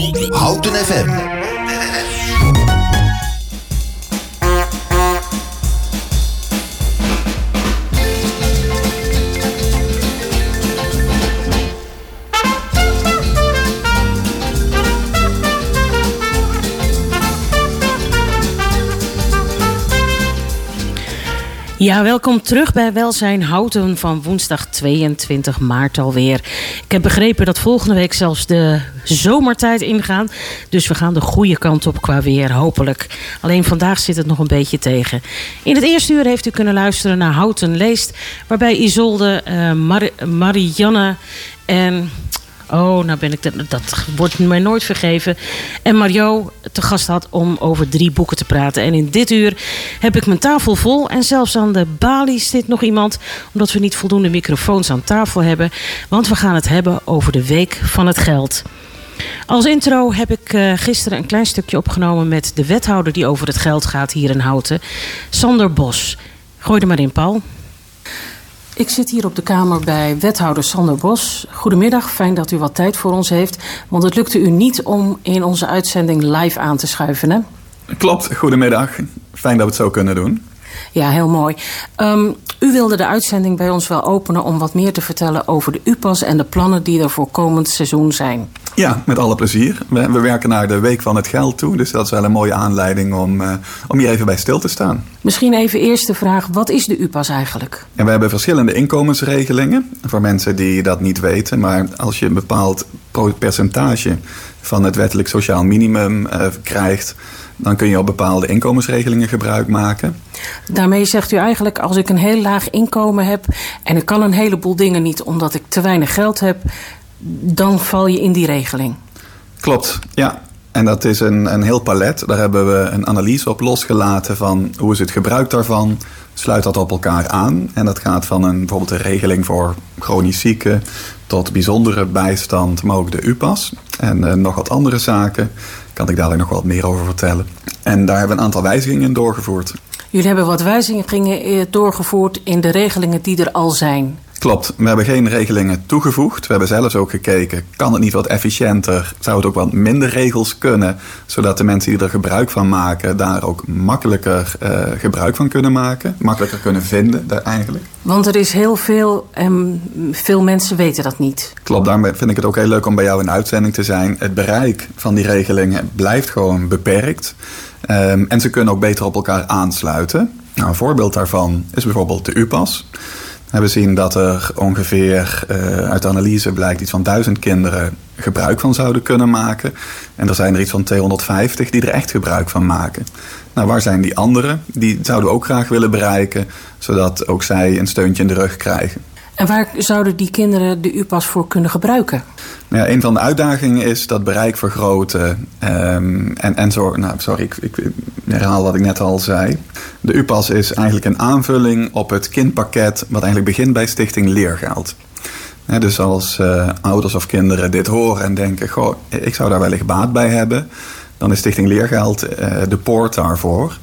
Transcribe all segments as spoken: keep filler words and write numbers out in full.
Houten F M. Ja, welkom terug bij Welzijn Houten van woensdag tweeëntwintig maart alweer. Ik heb begrepen dat volgende week zelfs de zomertijd ingaan. Dus we gaan de goede kant op qua weer, hopelijk. Alleen vandaag zit het nog een beetje tegen. In het eerste uur heeft u kunnen luisteren naar Houten Leest, waarbij Isolde, uh, Mar- Marianne en... Oh, nou ben ik de, dat wordt mij nooit vergeven. En Mario te gast had om over drie boeken te praten. En in dit uur heb ik mijn tafel vol. En zelfs aan de balie zit nog iemand, omdat we niet voldoende microfoons aan tafel hebben. Want we gaan het hebben over de Week van het Geld. Als intro heb ik uh, gisteren een klein stukje opgenomen met de wethouder die over het geld gaat hier in Houten. Sander Bos. Gooi er maar in, Paul. Ik zit hier op de kamer bij wethouder Sander Bos. Goedemiddag, fijn dat u wat tijd voor ons heeft. Want het lukte u niet om in onze uitzending live aan te schuiven, hè? Klopt, goedemiddag. Fijn dat we het zo kunnen doen. Ja, heel mooi. Um, u wilde de uitzending bij ons wel openen om wat meer te vertellen over de U P A S en de plannen die er voor komend seizoen zijn. Ja, met alle plezier. We, we werken naar de Week van het Geld toe. Dus dat is wel een mooie aanleiding om, uh, om hier even bij stil te staan. Misschien even eerst de vraag, wat is de U P A S eigenlijk? En we hebben verschillende inkomensregelingen. Voor mensen die dat niet weten. Maar als je een bepaald percentage van het wettelijk sociaal minimum uh, krijgt, dan kun je op bepaalde inkomensregelingen gebruik maken. Daarmee zegt u eigenlijk, als ik een heel laag inkomen heb en ik kan een heleboel dingen niet omdat ik te weinig geld heb, dan val je in die regeling. Klopt, ja. En dat is een, een heel palet. Daar hebben we een analyse op losgelaten van hoe is het gebruik daarvan. Sluit dat op elkaar aan. En dat gaat van een, bijvoorbeeld een regeling voor chronisch zieken tot bijzondere bijstand, maar ook de U P A S. En uh, nog wat andere zaken. Daar kan ik dadelijk nog wat meer over vertellen. En daar hebben we een aantal wijzigingen doorgevoerd. Jullie hebben wat wijzigingen doorgevoerd in de regelingen die er al zijn. Klopt, we hebben geen regelingen toegevoegd. We hebben zelfs ook gekeken, kan het niet wat efficiënter? Zou het ook wat minder regels kunnen? Zodat de mensen die er gebruik van maken, daar ook makkelijker uh, gebruik van kunnen maken. Makkelijker kunnen vinden, daar eigenlijk. Want er is heel veel en veel mensen weten dat niet. Klopt, daarom vind ik het ook heel leuk om bij jou in uitzending te zijn. Het bereik van die regelingen blijft gewoon beperkt. Um, en ze kunnen ook beter op elkaar aansluiten. Nou, een voorbeeld daarvan is bijvoorbeeld de U P A S. We hebben zien dat er ongeveer uh, uit de analyse blijkt iets van duizend kinderen gebruik van zouden kunnen maken. En er zijn er iets van tweehonderdvijftig die er echt gebruik van maken. Nou, waar zijn die anderen? Die zouden we ook graag willen bereiken, zodat ook zij een steuntje in de rug krijgen. En waar zouden die kinderen de U P A S voor kunnen gebruiken? Nou ja, een van de uitdagingen is dat bereik vergroten. Um, en, en zo, nou, sorry, ik, ik herhaal wat ik net al zei. De U P A S is eigenlijk een aanvulling op het kindpakket wat eigenlijk begint bij Stichting Leergeld. He, dus als uh, ouders of kinderen dit horen en denken, goh, ik zou daar wellicht baat bij hebben, dan is Stichting Leergeld uh, de poort daarvoor.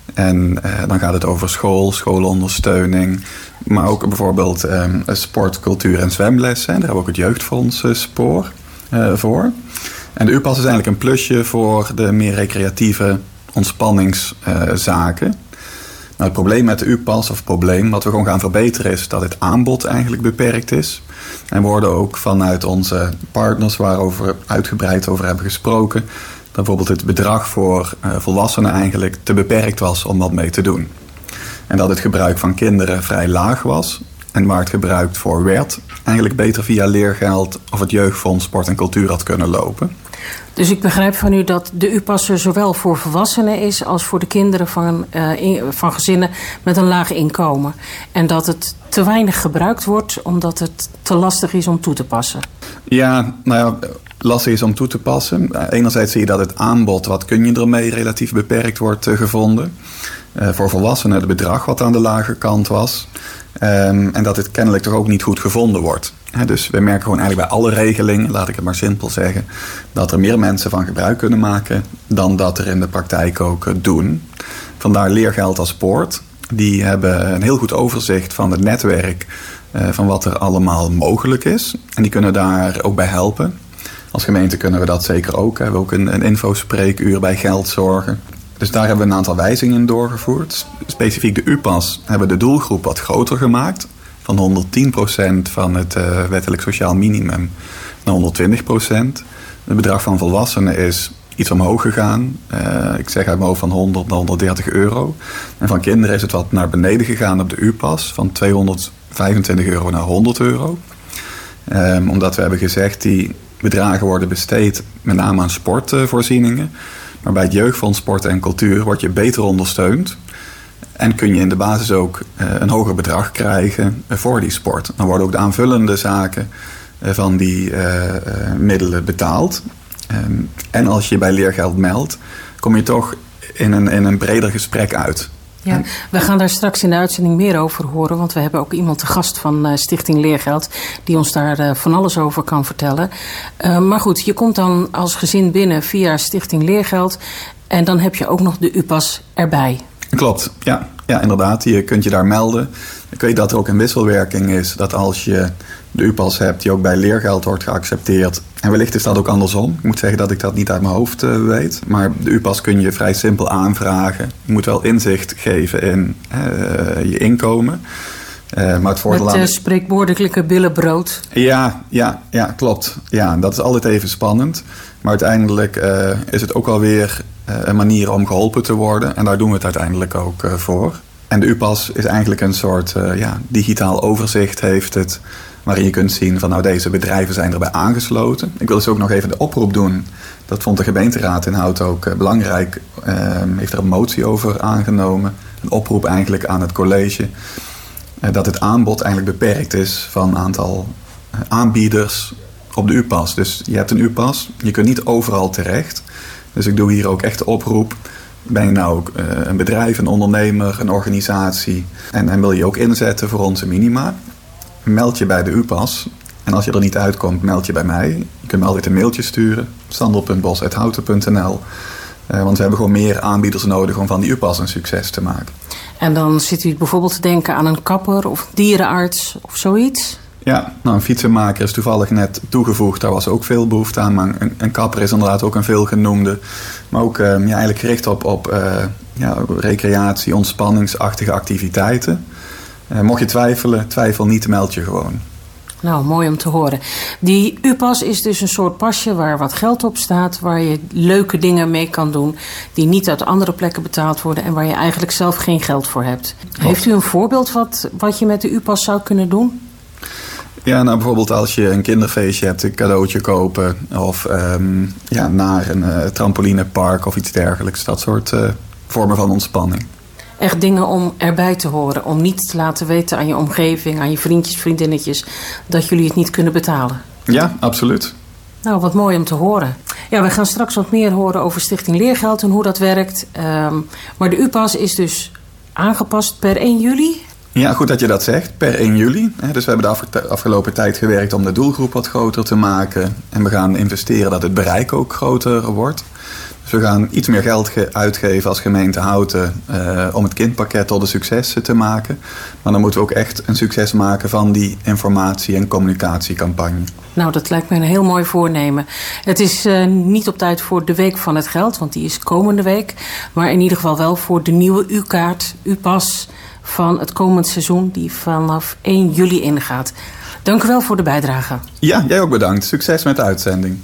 En uh, dan gaat het over school, schoolondersteuning, maar ook bijvoorbeeld um, sport, cultuur en zwemlessen. Daar hebben we ook het jeugdfonds uh, spoor uh, voor. En de U P A S is eigenlijk een plusje voor de meer recreatieve ontspanningszaken. Uh, nou, het probleem met de U P A S, of het probleem wat we gewoon gaan verbeteren, is dat het aanbod eigenlijk beperkt is. En we worden ook vanuit onze partners waarover we uitgebreid over hebben gesproken, dat bijvoorbeeld het bedrag voor uh, volwassenen eigenlijk te beperkt was om wat mee te doen. En dat het gebruik van kinderen vrij laag was. En waar het gebruikt voor werd, eigenlijk beter via leergeld of het jeugdfonds sport en cultuur had kunnen lopen. Dus ik begrijp van u dat de U P A S er zowel voor volwassenen is als voor de kinderen van, uh, in, van gezinnen met een laag inkomen. En dat het te weinig gebruikt wordt omdat het te lastig is om toe te passen. Ja, nou ja, lastig is om toe te passen. Enerzijds zie je dat het aanbod, wat kun je ermee, relatief beperkt wordt uh, gevonden. Uh, voor volwassenen het bedrag wat aan de lage kant was. Um, en dat het kennelijk toch ook niet goed gevonden wordt. He, dus we merken gewoon eigenlijk bij alle regelingen, laat ik het maar simpel zeggen, dat er meer mensen van gebruik kunnen maken dan dat er in de praktijk ook uh, doen. Vandaar Leergeld als poort. Die hebben een heel goed overzicht van het netwerk uh, van wat er allemaal mogelijk is. En die kunnen daar ook bij helpen. Als gemeente kunnen we dat zeker ook. We hebben ook een, een infospreekuur bij geldzorgen. Dus daar hebben we een aantal wijzigingen in doorgevoerd. Specifiek de U P A S hebben we de doelgroep wat groter gemaakt. Van honderdtien procent van het uh, wettelijk sociaal minimum naar honderdtwintig procent. Het bedrag van volwassenen is iets omhoog gegaan. Uh, ik zeg uit mijn hoofd van honderd naar honderddertig euro. En van kinderen is het wat naar beneden gegaan op de U P A S. Van tweehonderdvijfentwintig euro naar honderd euro. Um, omdat we hebben gezegd, die bedragen worden besteed met name aan sportvoorzieningen. Maar bij het Jeugdfonds Sport en Cultuur word je beter ondersteund. En kun je in de basis ook uh, een hoger bedrag krijgen uh, voor die sport. Dan worden ook de aanvullende zaken uh, van die uh, uh, middelen betaald. Um, en als je bij leergeld meldt, kom je toch in een, in een breder gesprek uit. Ja, we gaan daar straks in de uitzending meer over horen. Want we hebben ook iemand te gast van uh, Stichting Leergeld die ons daar uh, van alles over kan vertellen. Uh, maar goed, je komt dan als gezin binnen via Stichting Leergeld. En dan heb je ook nog de U P A S erbij. Klopt, ja. Ja, inderdaad. Je kunt je daar melden. Ik weet dat er ook een wisselwerking is. Dat als je de U P A S hebt die ook bij leergeld wordt geaccepteerd. En wellicht is dat ook andersom. Ik moet zeggen dat ik dat niet uit mijn hoofd uh, weet. Maar de U P A S kun je vrij simpel aanvragen. Je moet wel inzicht geven in uh, je inkomen. Uh, maar het voordeel Met aan... uh, spreekwoordelijke billenbrood. Ja, ja, ja, klopt. Ja, dat is altijd even spannend. Maar uiteindelijk uh, is het ook alweer uh, een manier om geholpen te worden. En daar doen we het uiteindelijk ook uh, voor. En de U P A S is eigenlijk een soort uh, ja, digitaal overzicht heeft het, waarin je kunt zien van nou deze bedrijven zijn erbij aangesloten. Ik wil dus ook nog even de oproep doen. Dat vond de gemeenteraad in Hout ook uh, belangrijk. Uh, heeft er een motie over aangenomen. Een oproep eigenlijk aan het college. Uh, dat het aanbod eigenlijk beperkt is van een aantal uh, aanbieders op de U P A S. Dus je hebt een U P A S. Je kunt niet overal terecht. Dus ik doe hier ook echt de oproep. Ben je nou uh, een bedrijf, een ondernemer, een organisatie en, en wil je ook inzetten voor onze minima? Meld je bij de U P A S. En als je er niet uitkomt, meld je bij mij. Je kunt me altijd een mailtje sturen. sander punt bos apenstaartje houten punt n l uh, Want we hebben gewoon meer aanbieders nodig om van die U P A S een succes te maken. En dan zit u bijvoorbeeld te denken aan een kapper of dierenarts of zoiets? Ja, nou een fietsenmaker is toevallig net toegevoegd. Daar was ook veel behoefte aan. Maar een, een kapper is inderdaad ook een veelgenoemde. Maar ook uh, ja, eigenlijk gericht op, op uh, ja, recreatie, ontspanningsachtige activiteiten. Uh, mocht je twijfelen, twijfel niet, meld je gewoon. Nou, mooi om te horen. Die U P A S is dus een soort pasje waar wat geld op staat, waar je leuke dingen mee kan doen die niet uit andere plekken betaald worden en waar je eigenlijk zelf geen geld voor hebt. Klopt. Heeft u een voorbeeld wat, wat je met de U P A S zou kunnen doen? Ja, nou bijvoorbeeld als je een kinderfeestje hebt, een cadeautje kopen of um, ja, naar een uh, trampolinepark of iets dergelijks. Dat soort uh, vormen van ontspanning. Echt dingen om erbij te horen. Om niet te laten weten aan je omgeving, aan je vriendjes, vriendinnetjes, dat jullie het niet kunnen betalen. Ja, absoluut. Nou, wat mooi om te horen. Ja, we gaan straks wat meer horen over Stichting Leergeld en hoe dat werkt. Um, maar de U P A S is dus aangepast per één juli. Ja, goed dat je dat zegt. Per één juli. Dus we hebben de afgelopen tijd gewerkt om de doelgroep wat groter te maken. En we gaan investeren dat het bereik ook groter wordt. Dus we gaan iets meer geld ge- uitgeven als gemeente Houten uh, om het kindpakket tot een succes te maken. Maar dan moeten we ook echt een succes maken van die informatie- en communicatiecampagne. Nou, dat lijkt me een heel mooi voornemen. Het is uh, niet op tijd voor de Week van het Geld, want die is komende week. Maar in ieder geval wel voor de nieuwe U-kaart, U P A S van het komend seizoen die vanaf één juli ingaat. Dank u wel voor de bijdrage. Ja, jij ook bedankt. Succes met de uitzending.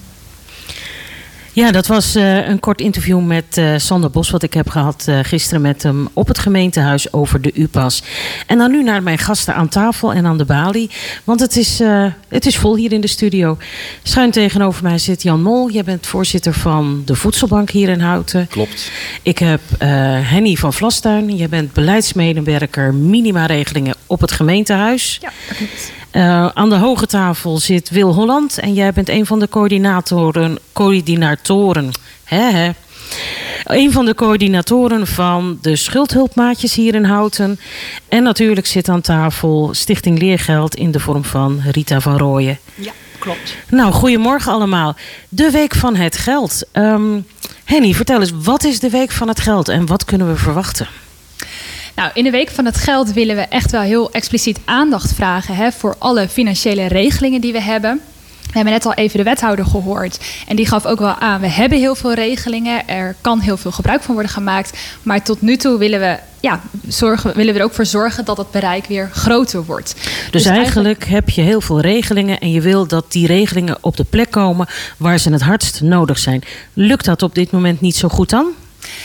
Ja, dat was uh, een kort interview met uh, Sander Bos, wat ik heb gehad uh, gisteren met hem op het gemeentehuis over de U P A S. En dan nu naar mijn gasten aan tafel en aan de balie, want het is, uh, het is vol hier in de studio. Schuin tegenover mij zit Jan Mol. Jij bent voorzitter van de Voedselbank hier in Houten. Klopt. Ik heb uh, Henny van Vlastuin. Jij bent beleidsmedewerker minima-regelingen op het gemeentehuis. Ja, dat klopt. Uh, aan de hoge tafel zit Wil Holland en jij bent een van de coördinatoren, coördinatoren, hè, hè. Een van de coördinatoren van de schuldhulpmaatjes hier in Houten. En natuurlijk zit aan tafel Stichting Leergeld in de vorm van Rita van Rooyen. Ja, klopt. Nou, goedemorgen allemaal. De Week van het Geld. Um, Henny, vertel eens, wat is de Week van het Geld en wat kunnen we verwachten? Nou, in de Week van het Geld willen we echt wel heel expliciet aandacht vragen, hè, voor alle financiële regelingen die we hebben. We hebben net al even de wethouder gehoord. En die gaf ook wel aan, we hebben heel veel regelingen. Er kan heel veel gebruik van worden gemaakt. Maar tot nu toe willen we, ja, zorgen, willen we er ook voor zorgen dat het bereik weer groter wordt. Dus, dus eigenlijk, eigenlijk heb je heel veel regelingen en je wil dat die regelingen op de plek komen waar ze het hardst nodig zijn. Lukt dat op dit moment niet zo goed dan?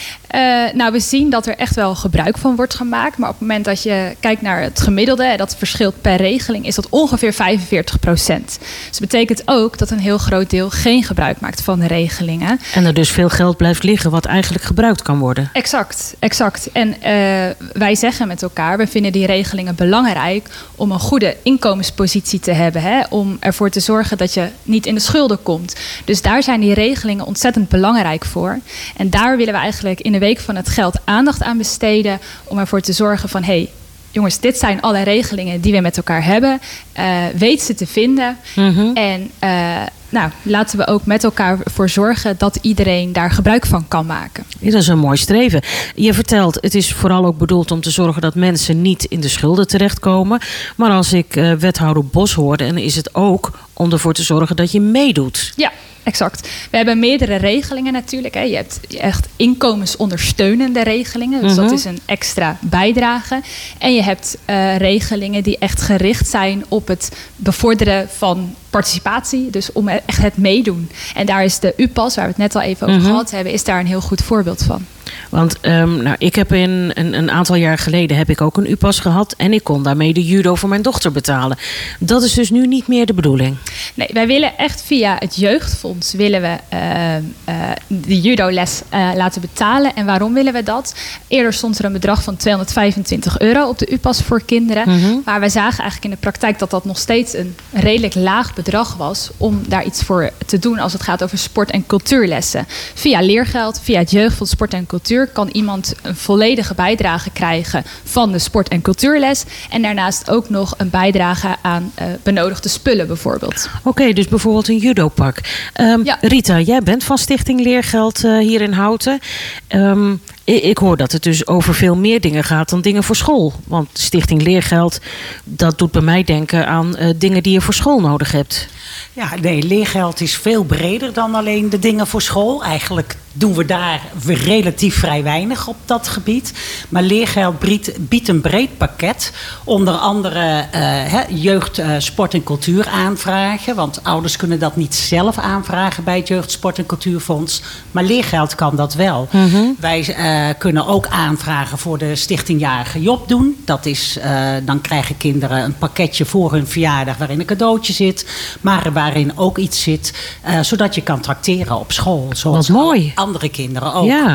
Uh, nou, we zien dat er echt wel gebruik van wordt gemaakt. Maar op het moment dat je kijkt naar het gemiddelde, dat verschilt per regeling, is dat ongeveer vijfenveertig procent. Dus dat betekent ook dat een heel groot deel geen gebruik maakt van de regelingen. En er dus veel geld blijft liggen wat eigenlijk gebruikt kan worden. Exact, exact. En uh, wij zeggen met elkaar, we vinden die regelingen belangrijk om een goede inkomenspositie te hebben. Hè? Om ervoor te zorgen dat je niet in de schulden komt. Dus daar zijn die regelingen ontzettend belangrijk voor. En daar willen we eigenlijk in de Week van het Geld aandacht aan besteden om ervoor te zorgen van, hé, hey, jongens, dit zijn alle regelingen die we met elkaar hebben. Uh, weet ze te vinden. Mm-hmm. En uh, nou, laten we ook met elkaar voor zorgen dat iedereen daar gebruik van kan maken. Dat is een mooi streven. Je vertelt, het is vooral ook bedoeld om te zorgen dat mensen niet in de schulden terechtkomen. Maar als ik uh, wethouder Bos hoorde, dan is het ook om ervoor te zorgen dat je meedoet. Ja. Exact. We hebben meerdere regelingen natuurlijk. Hè. Je hebt echt inkomensondersteunende regelingen. Dus mm-hmm. dat is een extra bijdrage. En je hebt uh, regelingen die echt gericht zijn op het bevorderen van participatie. Dus om echt het meedoen. En daar is de U P A S, waar we het net al even over mm-hmm. gehad hebben, is daar een heel goed voorbeeld van. Want um, nou, ik heb in een, een aantal jaar geleden heb ik ook een U P A S gehad. En ik kon daarmee de judo voor mijn dochter betalen. Dat is dus nu niet meer de bedoeling. Nee, wij willen echt via het jeugdfonds willen we uh, uh, de judoles uh, laten betalen. En waarom willen we dat? Eerder stond er een bedrag van tweehonderdvijfentwintig euro op de U P A S voor kinderen. Mm-hmm. Maar we zagen eigenlijk in de praktijk dat dat nog steeds een redelijk laag bedrag was om daar iets voor te doen als het gaat over sport- en cultuurlessen. Via leergeld, via het jeugdfonds sport en cultuur kan iemand een volledige bijdrage krijgen van de sport- en cultuurles. En daarnaast ook nog een bijdrage aan uh, benodigde spullen bijvoorbeeld. Oké, okay, dus bijvoorbeeld een judopak. Um, ja. Rita, jij bent van Stichting Leergeld uh, hier in Houten. Um, ik hoor dat het dus over veel meer dingen gaat dan dingen voor school. Want Stichting Leergeld, dat doet bij mij denken aan uh, dingen die je voor school nodig hebt. Ja, nee, leergeld is veel breder dan alleen de dingen voor school. Eigenlijk doen we daar relatief vrij weinig op dat gebied. Maar leergeld biedt, biedt een breed pakket. Onder andere uh, he, jeugd, uh, sport en cultuur aanvragen. Want ouders kunnen dat niet zelf aanvragen bij het Jeugd, Sport en Cultuurfonds. Maar leergeld kan dat wel. Mm-hmm. Wij uh, kunnen ook aanvragen voor de Stichting Jarige Job doen. Dat is, uh, dan krijgen kinderen een pakketje voor hun verjaardag waarin een cadeautje zit. Maar waarin ook iets zit, uh, zodat je kan trakteren op school. Zoals Wat mooi. Andere kinderen ook. Ja.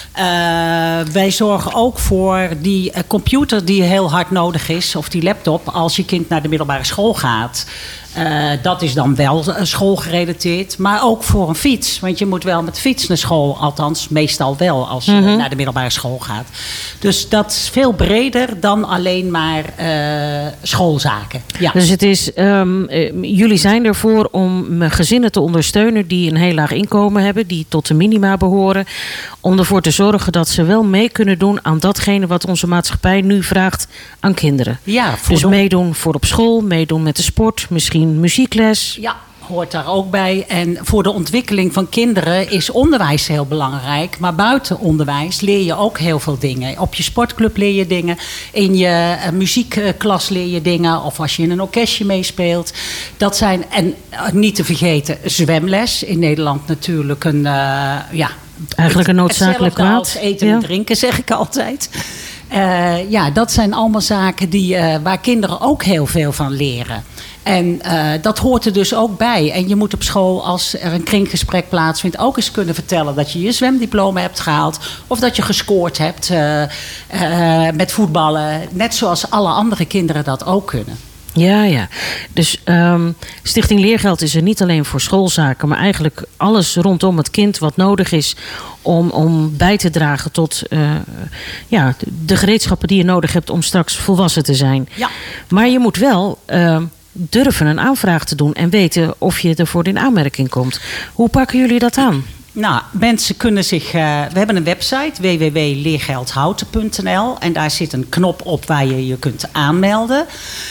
Uh, wij zorgen ook voor die uh, computer die heel hard nodig is, of die laptop, als je kind naar de middelbare school gaat. Uh, dat is dan wel schoolgerelateerd. Maar ook voor een fiets. Want je moet wel met fiets naar school. Althans, meestal wel als je mm-hmm. naar de middelbare school gaat. Dus dat is veel breder dan alleen maar uh, schoolzaken. Ja. Dus het is, um, uh, jullie zijn ervoor om gezinnen te ondersteunen die een heel laag inkomen hebben. Die tot de minima behoren. Om ervoor te zorgen dat ze wel mee kunnen doen aan datgene wat onze maatschappij nu vraagt aan kinderen. Ja, dus de... meedoen voor op school, meedoen met de sport, misschien muziekles. Ja, hoort daar ook bij. En voor de ontwikkeling van kinderen is onderwijs heel belangrijk. Maar buiten onderwijs leer je ook heel veel dingen. Op je sportclub leer je dingen. In je uh, muziekklas leer je dingen. Of als je in een orkestje meespeelt. Dat zijn, en uh, niet te vergeten, zwemles. In Nederland natuurlijk een, uh, ja... Eigenlijk een noodzakelijk kwaad. Als eten ja. en drinken, zeg ik altijd. Uh, ja, dat zijn allemaal zaken die, uh, waar kinderen ook heel veel van leren. En uh, dat hoort er dus ook bij. En je moet op school, als er een kringgesprek plaatsvindt, ook eens kunnen vertellen dat je je zwemdiploma hebt gehaald. Of dat je gescoord hebt uh, uh, met voetballen. Net zoals alle andere kinderen dat ook kunnen. Ja, ja. Dus um, Stichting Leergeld is er niet alleen voor schoolzaken, maar eigenlijk alles rondom het kind wat nodig is om, om bij te dragen tot uh, ja, de gereedschappen die je nodig hebt om straks volwassen te zijn. Ja. Maar je moet wel uh, durven een aanvraag te doen en weten of je ervoor in aanmerking komt. Hoe pakken jullie dat aan? Nou, mensen kunnen zich... Uh, we hebben een website, w w w punt leergeldhouten punt n l. En daar zit een knop op waar je je kunt aanmelden.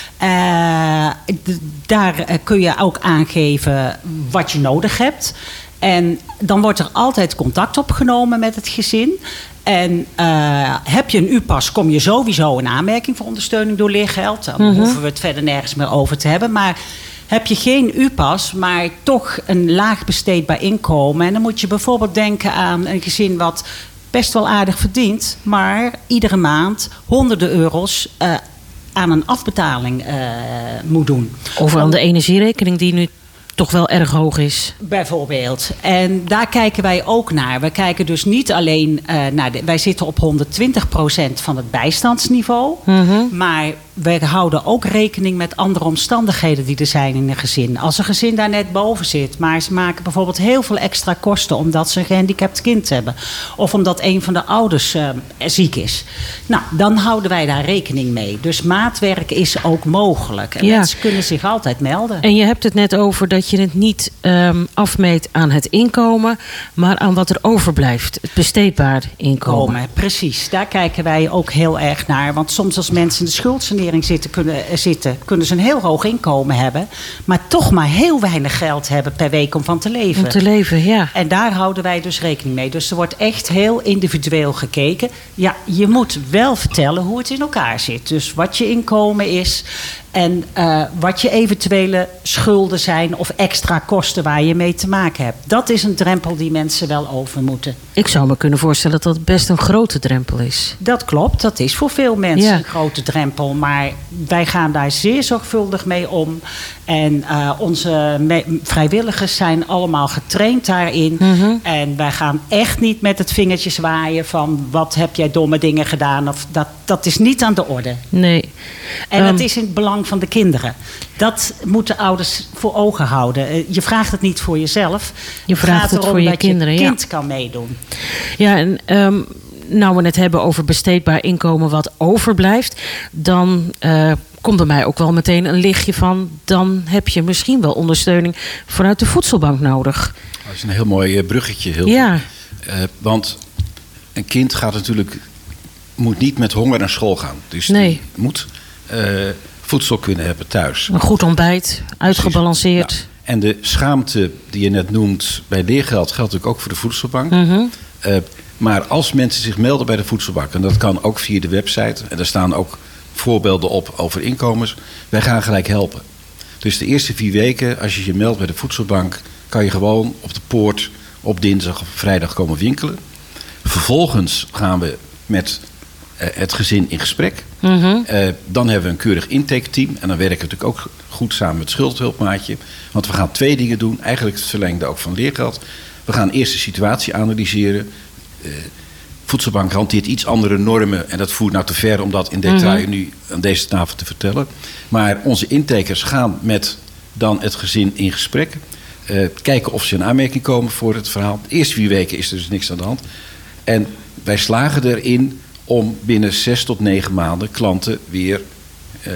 Uh, d- daar uh, kun je ook aangeven wat je nodig hebt. En dan wordt er altijd contact opgenomen met het gezin. En uh, heb je een U-pas, kom je sowieso in aanmerking voor ondersteuning door leergeld. Dan mm-hmm. hoeven we het verder nergens meer over te hebben. Maar heb je geen U-pas, maar toch een laag besteedbaar inkomen... en dan moet je bijvoorbeeld denken aan een gezin wat best wel aardig verdient... maar iedere maand honderden euro's uh, aan een afbetaling uh, moet doen. Of aan de energierekening die nu toch wel erg hoog is. Bijvoorbeeld. En daar kijken wij ook naar. We kijken dus niet alleen uh, naar... De, wij zitten op honderdtwintig procent van het bijstandsniveau. Mm-hmm. Maar we houden ook rekening met andere omstandigheden die er zijn in een gezin. Als een gezin daar net boven zit, maar ze maken bijvoorbeeld heel veel extra kosten omdat ze een gehandicapt kind hebben. Of omdat een van de ouders uh, ziek is. Nou, dan houden wij daar rekening mee. Dus maatwerk is ook mogelijk. En ja. mensen kunnen zich altijd melden. En je hebt het net over dat je het niet um, afmeet aan het inkomen, maar aan wat er overblijft. Het besteedbaar inkomen. Komen, precies. Daar kijken wij ook heel erg naar. Want soms als mensen in de schuldsanering Zitten kunnen, zitten, kunnen ze een heel hoog inkomen hebben, maar toch maar heel weinig geld hebben per week om van te leven. Om te leven, ja. En daar houden wij dus rekening mee. Dus er wordt echt heel individueel gekeken. Ja, je moet wel vertellen hoe het in elkaar zit. Dus wat je inkomen is en uh, wat je eventuele schulden zijn of extra kosten waar je mee te maken hebt. Dat is een drempel die mensen wel over moeten. Ik zou me kunnen voorstellen dat het best een grote drempel is. Dat klopt, dat is voor veel mensen ja. een grote drempel. Maar wij gaan daar zeer zorgvuldig mee om. En uh, onze me- vrijwilligers zijn allemaal getraind daarin. Mm-hmm. En wij gaan echt niet met het vingertje zwaaien van wat heb jij domme dingen gedaan. Of dat, dat is niet aan de orde. Nee. En um, het is in het belang van de kinderen. Dat moeten ouders voor ogen houden. Je vraagt het niet voor jezelf. Je vraagt het, het voor je dat kinderen. Je kind ja. kan meedoen. Ja, en um, nou we het hebben over besteedbaar inkomen wat overblijft, dan uh, komt bij mij ook wel meteen een lichtje van, dan heb je misschien wel ondersteuning vanuit de voedselbank nodig. Dat is een heel mooi bruggetje. Heel ja. Uh, want een kind gaat natuurlijk, moet niet met honger naar school gaan. Dus nee. die moet uh, voedsel kunnen hebben thuis. Een goed ontbijt, uitgebalanceerd. Ja. En de schaamte die je net noemt bij leergeld geldt natuurlijk ook voor de voedselbank. Mm-hmm. Uh, maar als mensen zich melden bij de voedselbank, en dat kan ook via de website, en daar staan ook voorbeelden op over inkomens, wij gaan gelijk helpen. Dus de eerste vier weken, als je je meldt bij de voedselbank, kan je gewoon op de poort op dinsdag of vrijdag komen winkelen. Vervolgens gaan we met uh, het gezin in gesprek. Mm-hmm. Uh, dan hebben we een keurig intaketeam. En dan werken we natuurlijk ook goed samen met het schuldhulpmaatje. Want we gaan twee dingen doen. Eigenlijk het verlengde ook van leergeld. We gaan eerst de situatie analyseren. Uh, Voedselbank hanteert iets andere normen. En dat voert nou te ver om dat in detail mm-hmm. nu aan deze tafel te vertellen. Maar onze intakers gaan met dan het gezin in gesprek. Uh, kijken of ze in aanmerking komen voor het verhaal. De eerste vier weken is er dus niks aan de hand. En wij slagen erin om binnen zes tot negen maanden klanten weer uh,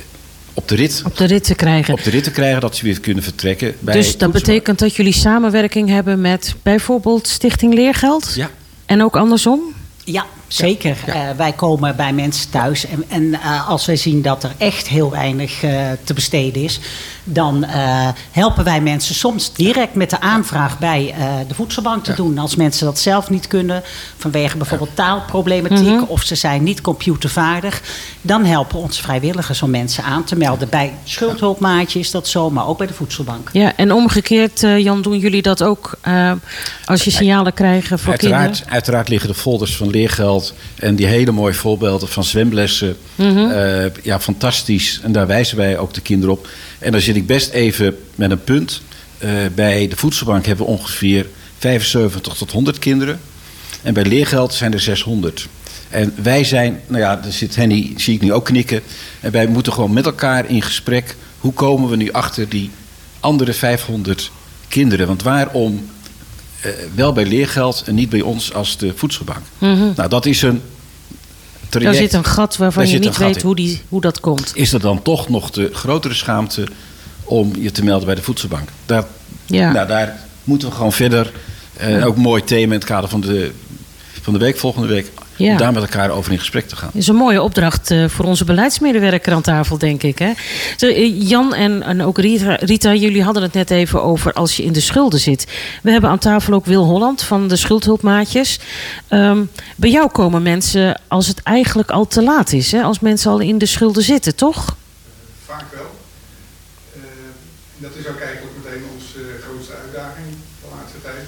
op de rit. Op de rit te krijgen. Op de rit te krijgen, dat ze weer kunnen vertrekken. Bij dus dat betekent dat jullie samenwerking hebben met bijvoorbeeld Stichting Leergeld? Ja. En ook andersom? Ja, zeker. Ja. Uh, wij komen bij mensen thuis. En, en uh, als wij zien dat er echt heel weinig uh, te besteden is, dan uh, helpen wij mensen soms direct met de aanvraag bij uh, de voedselbank te ja. doen. Als mensen dat zelf niet kunnen, vanwege bijvoorbeeld ja. taalproblematiek, mm-hmm. of ze zijn niet computervaardig, dan helpen onze vrijwilligers om mensen aan te melden. Bij schuldhulpmaatje is dat zo, maar ook bij de voedselbank. Ja, en omgekeerd, uh, Jan, doen jullie dat ook uh, als je signalen krijgt voor uiteraard, kinderen? Uiteraard liggen de folders van leergeld en die hele mooie voorbeelden van zwemlessen. Mm-hmm. Uh, ja, fantastisch. En daar wijzen wij ook de kinderen op. En dan zit ik best even met een punt. Uh, bij de voedselbank hebben we ongeveer vijfenzeventig tot honderd kinderen. En bij leergeld zijn er zeshonderd. En wij zijn, nou ja, daar zit Henny, zie ik nu ook knikken. En wij moeten gewoon met elkaar in gesprek. Hoe komen we nu achter die andere vijfhonderd kinderen? Want waarom uh, wel bij leergeld en niet bij ons als de voedselbank? Mm-hmm. Nou, dat is een traject. Daar zit een gat waarvan je niet weet hoe, die, hoe dat komt. Is er dan toch nog de grotere schaamte om je te melden bij de voedselbank? Daar, ja. nou, daar moeten we gewoon verder Uh, ook een mooi thema in het kader van de, van de week, volgende week. Ja. Om daar met elkaar over in gesprek te gaan. Dat is een mooie opdracht uh, voor onze beleidsmedewerker aan tafel, denk ik. Hè? Zo, uh, Jan en, en ook Rita, Rita, jullie hadden het net even over als je in de schulden zit. We hebben aan tafel ook Wil Holland van de Schuldhulpmaatjes. Um, bij jou komen mensen als het eigenlijk al te laat is. Hè? Als mensen al in de schulden zitten, toch? Vaak wel. Uh, dat is ook eigenlijk meteen onze uh, grootste uitdaging de laatste tijd.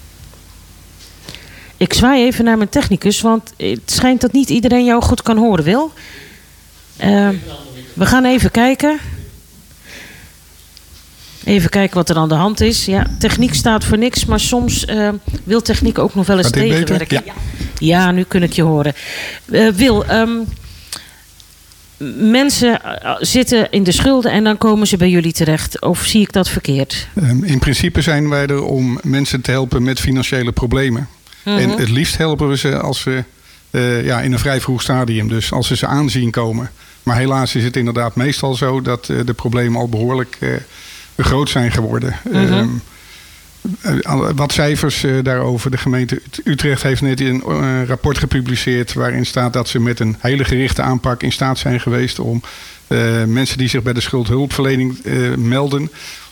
Ik zwaai even naar mijn technicus, want het schijnt dat niet iedereen jou goed kan horen, Wil. Uh, we gaan even kijken. Even kijken wat er aan de hand is. Ja, techniek staat voor niks, maar soms uh, wil techniek ook nog wel eens tegenwerken. Ja. ja, nu kun ik je horen. Uh, Wil, um, mensen zitten in de schulden en dan komen ze bij jullie terecht. Of zie ik dat verkeerd? Um, in principe zijn wij er om mensen te helpen met financiële problemen. Mm-hmm. En het liefst helpen we ze als ze uh, ja, in een vrij vroeg stadium. Dus als ze ze aanzien komen. Maar helaas is het inderdaad meestal zo dat uh, de problemen al behoorlijk uh, groot zijn geworden. Mm-hmm. Um, uh, wat cijfers uh, daarover. De gemeente Utrecht heeft net een uh, rapport gepubliceerd waarin staat dat ze met een hele gerichte aanpak in staat zijn geweest om uh, mensen die zich bij de schuldhulpverlening uh, melden,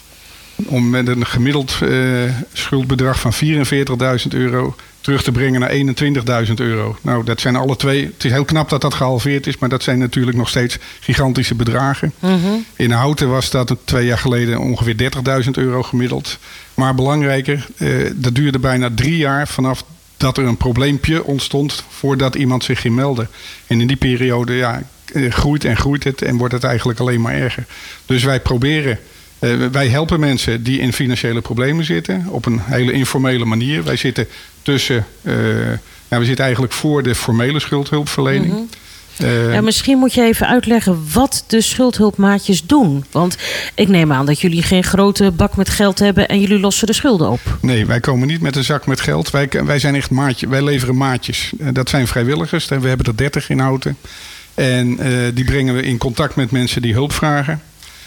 om met een gemiddeld uh, schuldbedrag van vierenveertigduizend euro terug te brengen naar eenentwintigduizend euro. Nou, dat zijn alle twee. Het is heel knap dat dat gehalveerd is, maar dat zijn natuurlijk nog steeds gigantische bedragen. Mm-hmm. In Houten was dat twee jaar geleden ongeveer dertigduizend euro gemiddeld. Maar belangrijker, uh, dat duurde bijna drie jaar vanaf dat er een probleempje ontstond voordat iemand zich ging melden. En in die periode ja, groeit en groeit het en wordt het eigenlijk alleen maar erger. Dus wij proberen. Uh, wij helpen mensen die in financiële problemen zitten op een hele informele manier. Wij zitten tussen, uh, nou, we zitten eigenlijk voor de formele schuldhulpverlening. Mm-hmm. Uh, ja, misschien moet je even uitleggen wat de schuldhulpmaatjes doen. Want ik neem aan dat jullie geen grote bak met geld hebben en jullie lossen de schulden op. Nee, wij komen niet met een zak met geld. Wij, wij zijn echt maatjes. Wij leveren maatjes. Uh, dat zijn vrijwilligers. We hebben er dertig in Houten. En uh, die brengen we in contact met mensen die hulp vragen.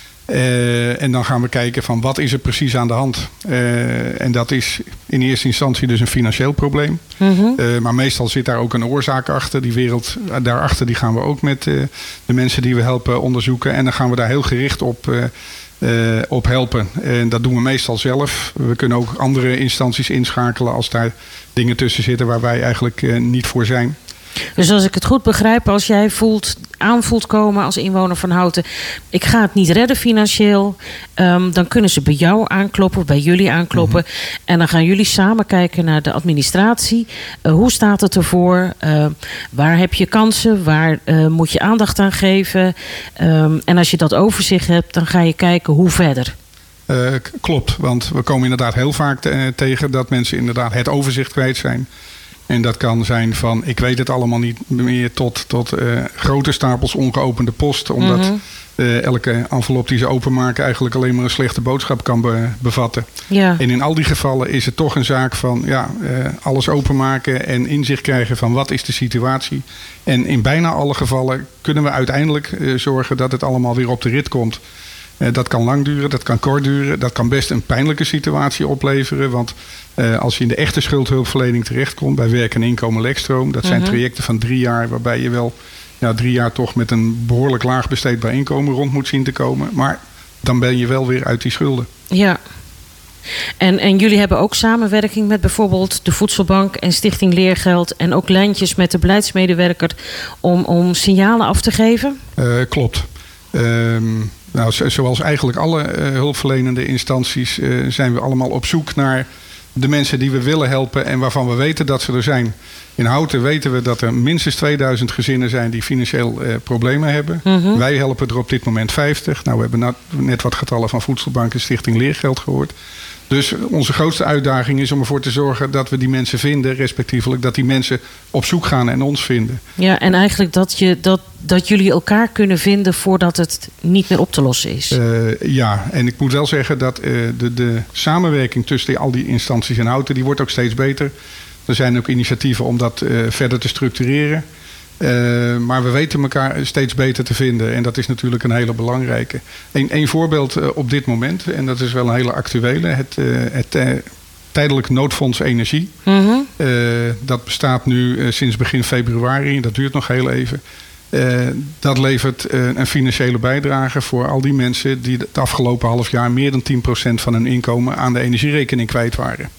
Uh, en dan gaan we kijken van wat is er precies aan de hand. Uh, en dat is in eerste instantie dus een financieel probleem. Mm-hmm. Uh, maar meestal zit daar ook een oorzaak achter. Die wereld daarachter die gaan we ook met uh, de mensen die we helpen onderzoeken. En dan gaan we daar heel gericht op, uh, uh, op helpen. En dat doen we meestal zelf. We kunnen ook andere instanties inschakelen als daar dingen tussen zitten waar wij eigenlijk uh, niet voor zijn. Dus als ik het goed begrijp, als jij voelt, aanvoelt komen als inwoner van Houten, ik ga het niet redden financieel, um, dan kunnen ze bij jou aankloppen, bij jullie aankloppen. Mm-hmm. En dan gaan jullie samen kijken naar de administratie. Uh, hoe staat het ervoor? Uh, waar heb je kansen? Waar uh, moet je aandacht aan geven? Um, en als je dat overzicht hebt, dan ga je kijken hoe verder. Uh, klopt, want we komen inderdaad heel vaak te, tegen dat mensen inderdaad het overzicht kwijt zijn. En dat kan zijn van, ik weet het allemaal niet meer, tot, tot uh, grote stapels ongeopende post. Omdat mm-hmm. uh, elke envelop die ze openmaken eigenlijk alleen maar een slechte boodschap kan be- bevatten. Ja. En in al die gevallen is het toch een zaak van ja, uh, alles openmaken en inzicht krijgen van wat is de situatie. En in bijna alle gevallen kunnen we uiteindelijk uh, zorgen dat het allemaal weer op de rit komt. Uh, dat kan lang duren, dat kan kort duren. Dat kan best een pijnlijke situatie opleveren. Want uh, als je in de echte schuldhulpverlening terechtkomt bij werk en inkomen lekstroom, dat zijn mm-hmm. trajecten van drie jaar waarbij je wel ja, drie jaar toch met een behoorlijk laag besteedbaar inkomen rond moet zien te komen. Maar dan ben je wel weer uit die schulden. Ja. En, en jullie hebben ook samenwerking met bijvoorbeeld de Voedselbank en Stichting Leergeld en ook lijntjes met de beleidsmedewerker om, om signalen af te geven? Uh, klopt. Um, Nou, zoals eigenlijk alle uh, hulpverlenende instanties uh, zijn we allemaal op zoek naar de mensen die we willen helpen en waarvan we weten dat ze er zijn. In Houten weten we dat er minstens tweeduizend gezinnen zijn die financieel uh, problemen hebben. Mm-hmm. Wij helpen er op dit moment vijftig. Nou, we hebben net wat getallen van Voedselbank en Stichting Leergeld gehoord. Dus onze grootste uitdaging is om ervoor te zorgen dat we die mensen vinden, respectievelijk dat die mensen op zoek gaan en ons vinden. Ja, en eigenlijk dat, je, dat, dat jullie elkaar kunnen vinden voordat het niet meer op te lossen is. Uh, ja, en ik moet wel zeggen dat uh, de, de samenwerking tussen die, al die instanties in Houten, die wordt ook steeds beter. Er zijn ook initiatieven om dat uh, verder te structureren. Uh, maar we weten elkaar steeds beter te vinden. En dat is natuurlijk een hele belangrijke. Een, een voorbeeld uh, op dit moment, en dat is wel een hele actuele. Het, uh, het uh, tijdelijk noodfonds energie. Mm-hmm. Uh, dat bestaat nu uh, sinds begin februari. Dat duurt nog heel even. Uh, dat levert uh, een financiële bijdrage voor al die mensen die het afgelopen half jaar meer dan tien procent van hun inkomen aan de energierekening kwijt waren.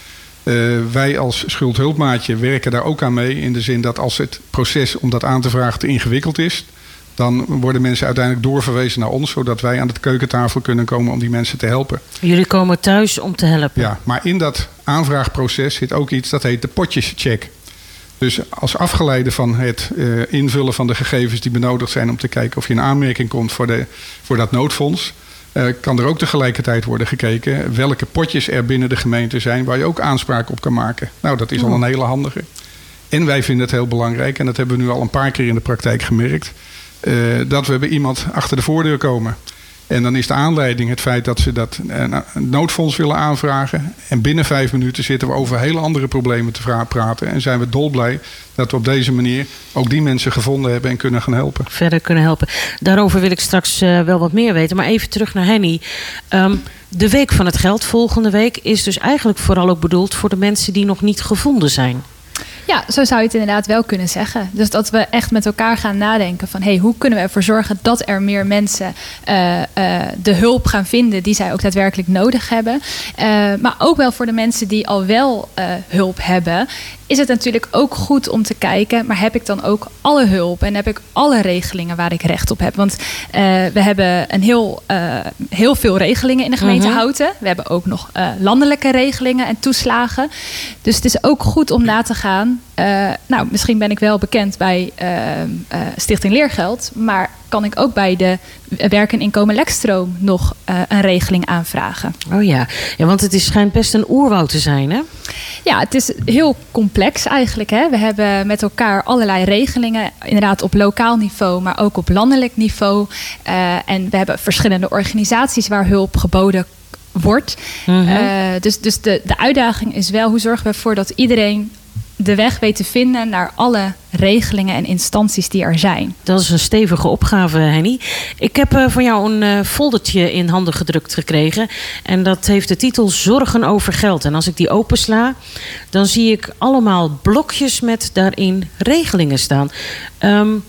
Uh, wij als schuldhulpmaatje werken daar ook aan mee. In de zin dat als het proces om dat aan te vragen te ingewikkeld is, dan worden mensen uiteindelijk doorverwezen naar ons, zodat wij aan de keukentafel kunnen komen om die mensen te helpen. Jullie komen thuis om te helpen? Ja, maar in dat aanvraagproces zit ook iets dat heet de potjescheck. Dus als afgeleide van het uh, invullen van de gegevens die benodigd zijn om te kijken of je in aanmerking komt voor, de, voor dat noodfonds, uh, kan er ook tegelijkertijd worden gekeken welke potjes er binnen de gemeente zijn waar je ook aanspraak op kan maken. Nou, dat is al een hele handige. En wij vinden het heel belangrijk, en dat hebben we nu al een paar keer in de praktijk gemerkt, uh, dat we bij iemand achter de voordeur komen. En dan is de aanleiding het feit dat ze dat een noodfonds willen aanvragen. En binnen vijf minuten zitten we over hele andere problemen te praten. En zijn we dolblij dat we op deze manier ook die mensen gevonden hebben en kunnen gaan helpen. Verder kunnen helpen. Daarover wil ik straks uh, wel wat meer weten. Maar even terug naar Henny. Um, de Week van het Geld volgende week is dus eigenlijk vooral ook bedoeld voor de mensen die nog niet gevonden zijn. Ja, zo zou je het inderdaad wel kunnen zeggen. Dus dat we echt met elkaar gaan nadenken van, hey, hoe kunnen we ervoor zorgen dat er meer mensen uh, uh, de hulp gaan vinden die zij ook daadwerkelijk nodig hebben. Uh, maar ook wel voor de mensen die al wel uh, hulp hebben, is het natuurlijk ook goed om te kijken, maar heb ik dan ook alle hulp en heb ik alle regelingen waar ik recht op heb? Want uh, we hebben een heel, uh, heel veel regelingen in de gemeente mm-hmm. Houten. We hebben ook nog uh, landelijke regelingen en toeslagen. Dus het is ook goed om na te gaan. Uh, nou, misschien ben ik wel bekend bij uh, uh, Stichting Leergeld, maar kan ik ook bij de werk- en inkomen lekstroom nog uh, een regeling aanvragen. Oh ja. ja, want het is, schijnt best een oerwoud te zijn, hè? Ja, het is heel complex eigenlijk. Hè? We hebben met elkaar allerlei regelingen, inderdaad op lokaal niveau, maar ook op landelijk niveau. Uh, en we hebben verschillende organisaties waar hulp geboden wordt. Mm-hmm. Uh, dus dus de, de uitdaging is wel, hoe zorgen we ervoor dat iedereen de weg weet te vinden naar alle regelingen en instanties die er zijn. Dat is een stevige opgave, Henny. Ik heb uh, van jou een uh, foldertje in handen gedrukt gekregen. En dat heeft de titel Zorgen over geld. En als ik die opensla, dan zie ik allemaal blokjes met daarin regelingen staan. Um,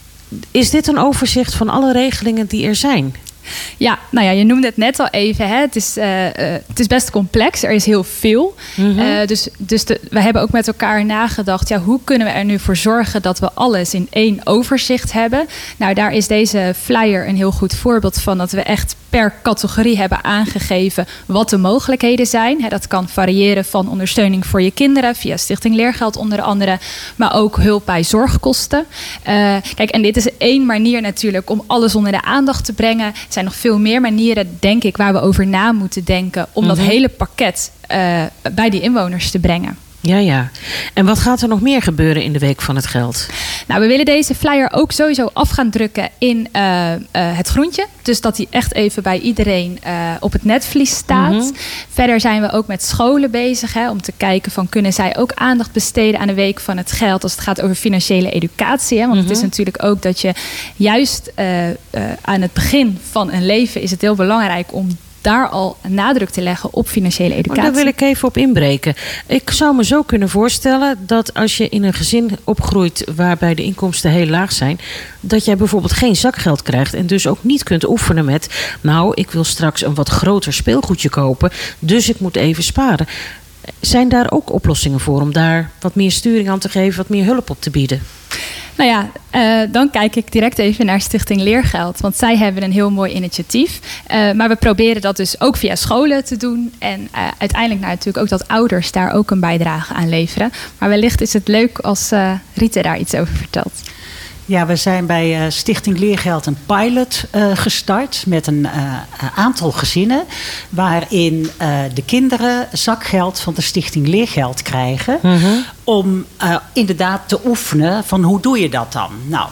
is dit een overzicht van alle regelingen die er zijn? Ja, nou ja, je noemde het net al even. Hè. Het, is, uh, uh, het is best complex. Er is heel veel. Mm-hmm. Uh, dus dus de, we hebben ook met elkaar nagedacht, ja, hoe kunnen we er nu voor zorgen dat we alles in één overzicht hebben? Nou, daar is deze flyer een heel goed voorbeeld van. Dat we echt per categorie hebben aangegeven wat de mogelijkheden zijn. Hè, dat kan variëren van ondersteuning voor je kinderen via Stichting Leergeld onder andere, maar ook hulp bij zorgkosten. Uh, kijk, en dit is één manier natuurlijk om alles onder de aandacht te brengen. Er zijn nog veel meer manieren, denk ik, waar we over na moeten denken om mm-hmm. dat hele pakket uh, bij die inwoners te brengen. Ja, ja. En wat gaat er nog meer gebeuren in de Week van het Geld? Nou, we willen deze flyer ook sowieso af gaan drukken in uh, uh, het groentje. Dus dat die echt even bij iedereen uh, op het netvlies staat. Mm-hmm. Verder zijn we ook met scholen bezig, hè, om te kijken van, kunnen zij ook aandacht besteden aan de Week van het Geld als het gaat over financiële educatie. Hè? Want mm-hmm. het is natuurlijk ook dat je juist uh, uh, aan het begin van een leven is het heel belangrijk om daar al een nadruk te leggen op financiële educatie. Maar daar wil ik even op inbreken. Ik zou me zo kunnen voorstellen dat als je in een gezin opgroeit waarbij de inkomsten heel laag zijn, dat jij bijvoorbeeld geen zakgeld krijgt en dus ook niet kunt oefenen met, nou, ik wil straks een wat groter speelgoedje kopen, dus ik moet even sparen. Zijn daar ook oplossingen voor om daar wat meer sturing aan te geven, wat meer hulp op te bieden? Nou ja, uh, dan kijk ik direct even naar Stichting Leergeld. Want zij hebben een heel mooi initiatief. Uh, maar we proberen dat dus ook via scholen te doen. En uh, uiteindelijk nou, natuurlijk ook dat ouders daar ook een bijdrage aan leveren. Maar wellicht is het leuk als uh, Riete daar iets over vertelt. Ja, we zijn bij uh, Stichting Leergeld een pilot uh, gestart met een uh, aantal gezinnen, waarin uh, de kinderen zakgeld van de Stichting Leergeld krijgen. Mm-hmm. Om uh, inderdaad te oefenen van hoe doe je dat dan? Nou,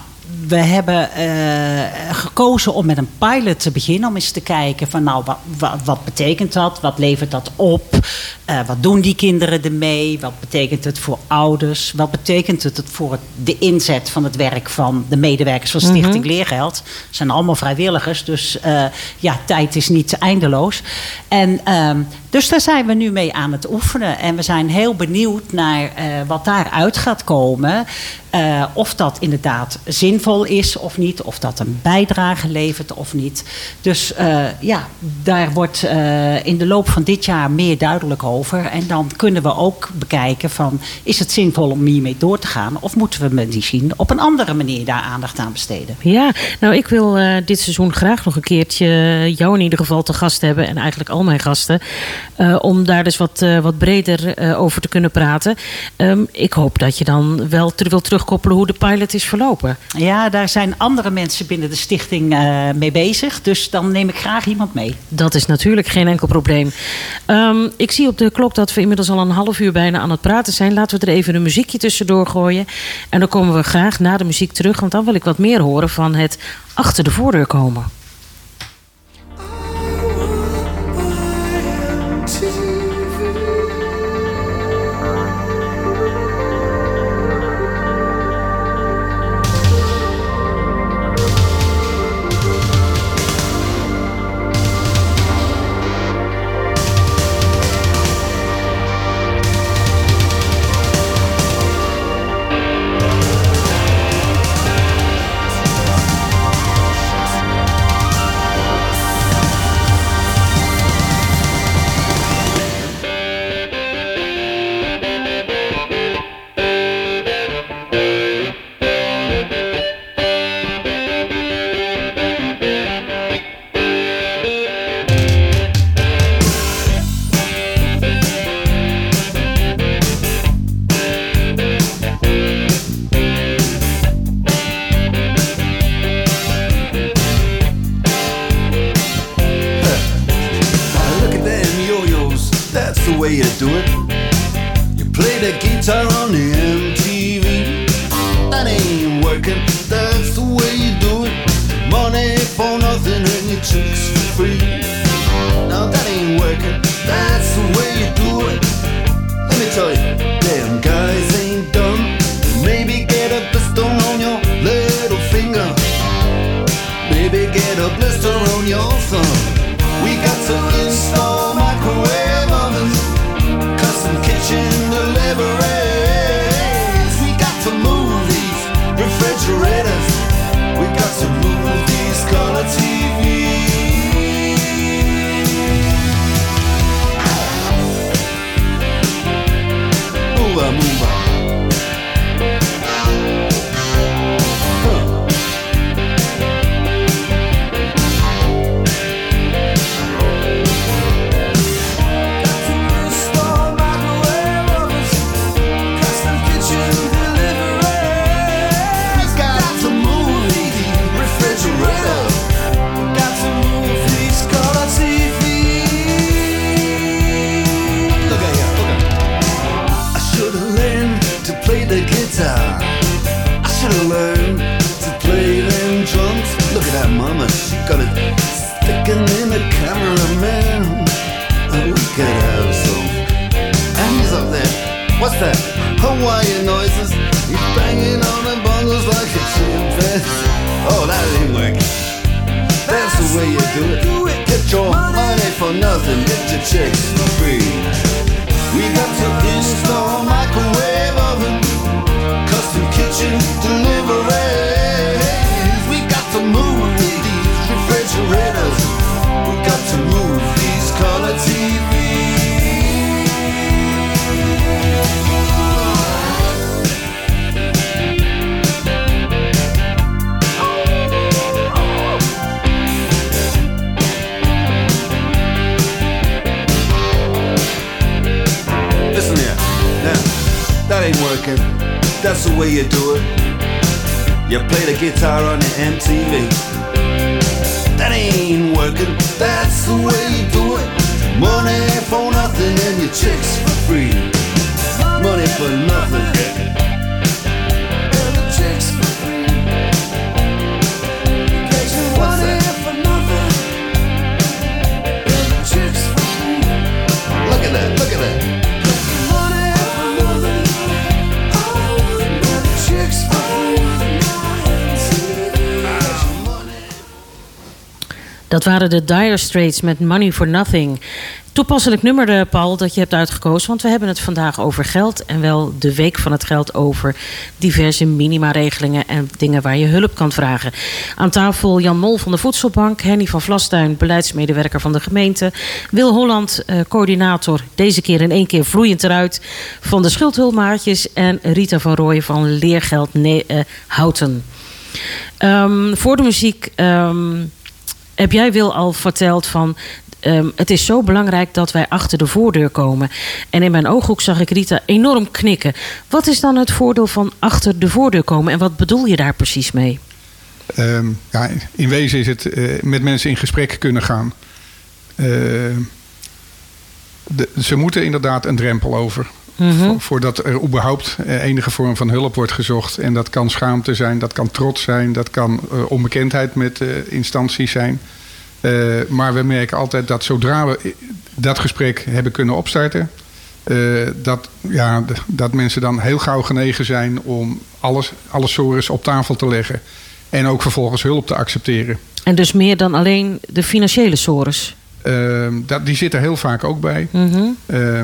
we hebben uh, gekozen om met een pilot te beginnen. Om eens te kijken van nou, wat, wat, wat betekent dat? Wat levert dat op? Uh, wat doen die kinderen ermee? Wat betekent het voor ouders? Wat betekent het voor het, de inzet van het werk van de medewerkers van Stichting mm-hmm. Leergeld? Het zijn allemaal vrijwilligers, dus uh, ja, tijd is niet eindeloos. En uh, dus daar zijn we nu mee aan het oefenen. En we zijn heel benieuwd naar uh, wat daaruit gaat komen. Uh, of dat inderdaad zinvol is of niet. Of dat een bijdrage levert of niet. Dus uh, ja, daar wordt uh, in de loop van dit jaar meer duidelijk over. En dan kunnen we ook bekijken van, is het zinvol om hiermee door te gaan? Of moeten we misschien op een andere manier daar aandacht aan besteden? Ja, nou ik wil uh, dit seizoen graag nog een keertje jou in ieder geval te gast hebben. En eigenlijk al mijn gasten. Uh, om daar dus wat, uh, wat breder uh, over te kunnen praten. Um, ik hoop dat je dan wel ter, wil terugkoppelen hoe de pilot is verlopen. Ja, daar zijn andere mensen binnen de stichting uh, mee bezig. Dus dan neem ik graag iemand mee. Dat is natuurlijk geen enkel probleem. Um, ik zie op de klok dat we inmiddels al een half uur bijna aan het praten zijn. Laten we er even een muziekje tussendoor gooien. En dan komen we graag na de muziek terug. Want dan wil ik wat meer horen van het achter de voordeur komen. That's the way you do it. You play the guitar on the M T V. That ain't working. That's the way you do it. Money for nothing and your chicks for free. Money for nothing and your chicks for free. Dat waren de Dire Straits met Money for Nothing. Toepasselijk nummer, Paul, dat je hebt uitgekozen. Want we hebben het vandaag over geld. En wel de week van het geld over diverse minimaregelingen en dingen waar je hulp kan vragen. Aan tafel Jan Mol van de Voedselbank. Henny van Vlastuin, beleidsmedewerker van de gemeente. Wil Holland, eh, coördinator, deze keer in één keer vloeiend eruit, van de Schuldhulpmaatjes. En Rita van Rooyen van Leergeld ne- uh, Houten. Um, voor de muziek um, heb jij, Wil, al verteld van... Um, het is zo belangrijk dat wij achter de voordeur komen. En in mijn ooghoek zag ik Rita enorm knikken. Wat is dan het voordeel van achter de voordeur komen? En wat bedoel je daar precies mee? Um, ja, in wezen is het uh, met mensen in gesprek kunnen gaan. Uh, de, ze moeten inderdaad een drempel over. Mm-hmm. Vo- voordat er überhaupt uh, enige vorm van hulp wordt gezocht. En dat kan schaamte zijn, dat kan trots zijn... dat kan uh, onbekendheid met uh, instanties zijn... Uh, maar we merken altijd dat zodra we dat gesprek hebben kunnen opstarten... Uh, dat, ja, dat mensen dan heel gauw genegen zijn om alles, alle sores op tafel te leggen. En ook vervolgens hulp te accepteren. En dus meer dan alleen de financiële sores? Uh, dat, die zit er heel vaak ook bij. Mm-hmm. Uh,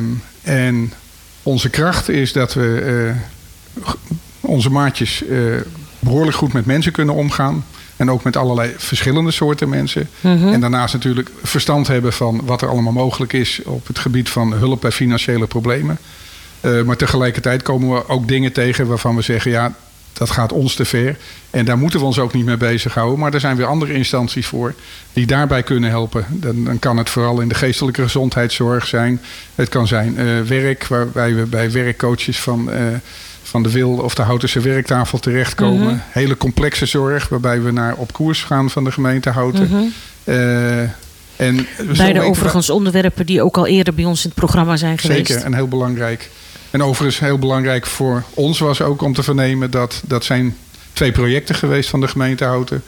en onze kracht is dat we uh, onze maatjes uh, behoorlijk goed met mensen kunnen omgaan... En ook met allerlei verschillende soorten mensen. Mm-hmm. En daarnaast natuurlijk verstand hebben van wat er allemaal mogelijk is... op het gebied van hulp bij financiële problemen. Uh, maar tegelijkertijd komen we ook dingen tegen waarvan we zeggen... ja, dat gaat ons te ver. En daar moeten we ons ook niet mee bezighouden. Maar er zijn weer andere instanties voor die daarbij kunnen helpen. Dan, dan kan het vooral in de geestelijke gezondheidszorg zijn. Het kan zijn uh, werk, waarbij we bij werkcoaches van... Uh, van de Wil of de Houtense werktafel terechtkomen. Mm-hmm. Hele complexe zorg, waarbij we naar op koers gaan van de gemeente Houten. Mm-hmm. Uh, en Beide overigens waar... onderwerpen die ook al eerder bij ons in het programma zijn geweest. Zeker, en heel belangrijk. En overigens heel belangrijk voor ons was ook om te vernemen... dat dat zijn twee projecten geweest van de gemeente Houten.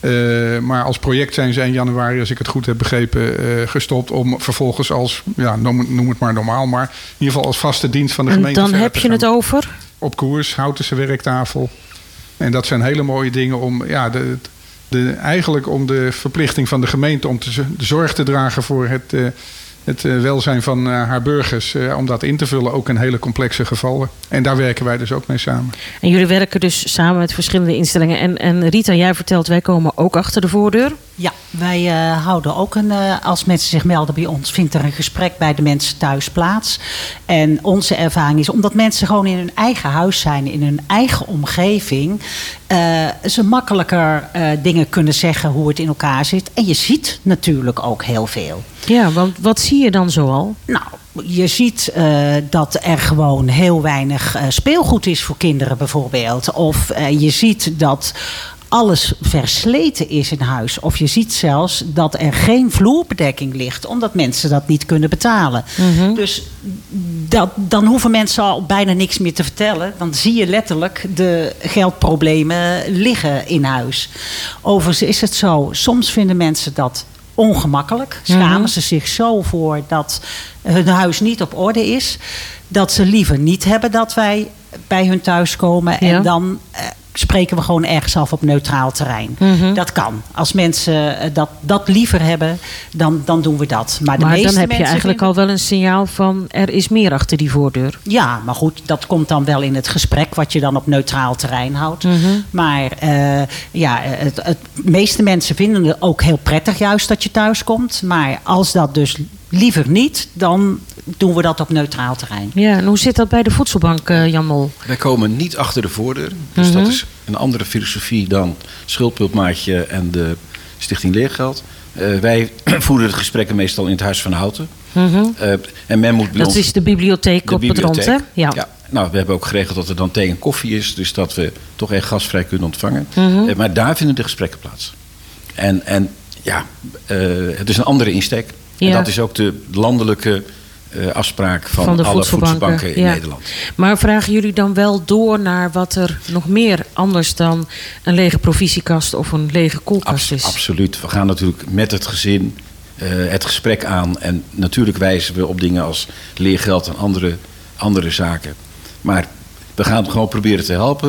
Uh, maar als project zijn ze in januari, als ik het goed heb begrepen, uh, gestopt... om vervolgens als, ja, noem, noem het maar normaal... maar in ieder geval als vaste dienst van de en gemeente dan heb je het over? Op koers, Houtense werktafel. En dat zijn hele mooie dingen om, ja, de, de, eigenlijk om de verplichting van de gemeente... om te, de zorg te dragen voor het, uh, het uh, welzijn van uh, haar burgers... Uh, om dat in te vullen, ook in hele complexe gevallen. En daar werken wij dus ook mee samen. En jullie werken dus samen met verschillende instellingen. En, en Rita, jij vertelt, wij komen ook achter de voordeur. Ja, wij uh, houden ook een... Uh, als mensen zich melden bij ons, vindt er een gesprek bij de mensen thuis plaats. En onze ervaring is, omdat mensen gewoon in hun eigen huis zijn... in hun eigen omgeving... Uh, ze makkelijker uh, dingen kunnen zeggen hoe het in elkaar zit. En je ziet natuurlijk ook heel veel. Ja, want wat zie je dan zoal? Nou, je ziet uh, dat er gewoon heel weinig uh, speelgoed is voor kinderen bijvoorbeeld. Of uh, je ziet dat... alles versleten is in huis. Of je ziet zelfs dat er geen vloerbedekking ligt... omdat mensen dat niet kunnen betalen. Mm-hmm. Dus dat, dan hoeven mensen al bijna niks meer te vertellen. Dan zie je letterlijk de geldproblemen liggen in huis. Overigens is het zo, soms vinden mensen dat ongemakkelijk. Schamen mm-hmm. ze zich zo voor dat hun huis niet op orde is... dat ze liever niet hebben dat wij bij hun thuis komen... Ja. En dan... Uh, spreken we gewoon ergens af op neutraal terrein. Mm-hmm. Dat kan. Als mensen dat, dat liever hebben, dan, dan doen we dat. Maar, de maar meeste dan heb je eigenlijk vinden... al wel een signaal van... er is meer achter die voordeur. Ja, maar goed, dat komt dan wel in het gesprek... wat je dan op neutraal terrein houdt. Mm-hmm. Maar uh, ja, het, het meeste mensen vinden het ook heel prettig... juist dat je thuis komt. Maar als dat dus liever niet... dan doen we dat op neutraal terrein. Ja, en hoe zit dat bij de voedselbank, uh, Jan Mol? Wij komen niet achter de voordeur. Dus mm-hmm. dat is een andere filosofie dan Schuldhulpmaatje en de Stichting Leergeld. Uh, wij voeren de gesprekken meestal in het Huis van Houten. Mm-hmm. Uh, en men moet bij dat ons, is de bibliotheek de op bibliotheek. het rond, hè? Ja. ja. Nou, we hebben ook geregeld dat er dan thee en koffie is. Dus dat we toch echt gastvrij kunnen ontvangen. Mm-hmm. Uh, maar daar vinden de gesprekken plaats. En, en ja, uh, het is een andere insteek. Ja. En dat is ook de landelijke... Uh, afspraak van, van alle voedselbanken, voedselbanken in ja. Nederland. Maar vragen jullie dan wel door naar wat er nog meer anders dan een lege provisiekast of een lege koelkast is? Abs- absoluut. We gaan natuurlijk met het gezin uh, het gesprek aan. En natuurlijk wijzen we op dingen als leergeld en andere, andere zaken. Maar we gaan gewoon proberen te helpen.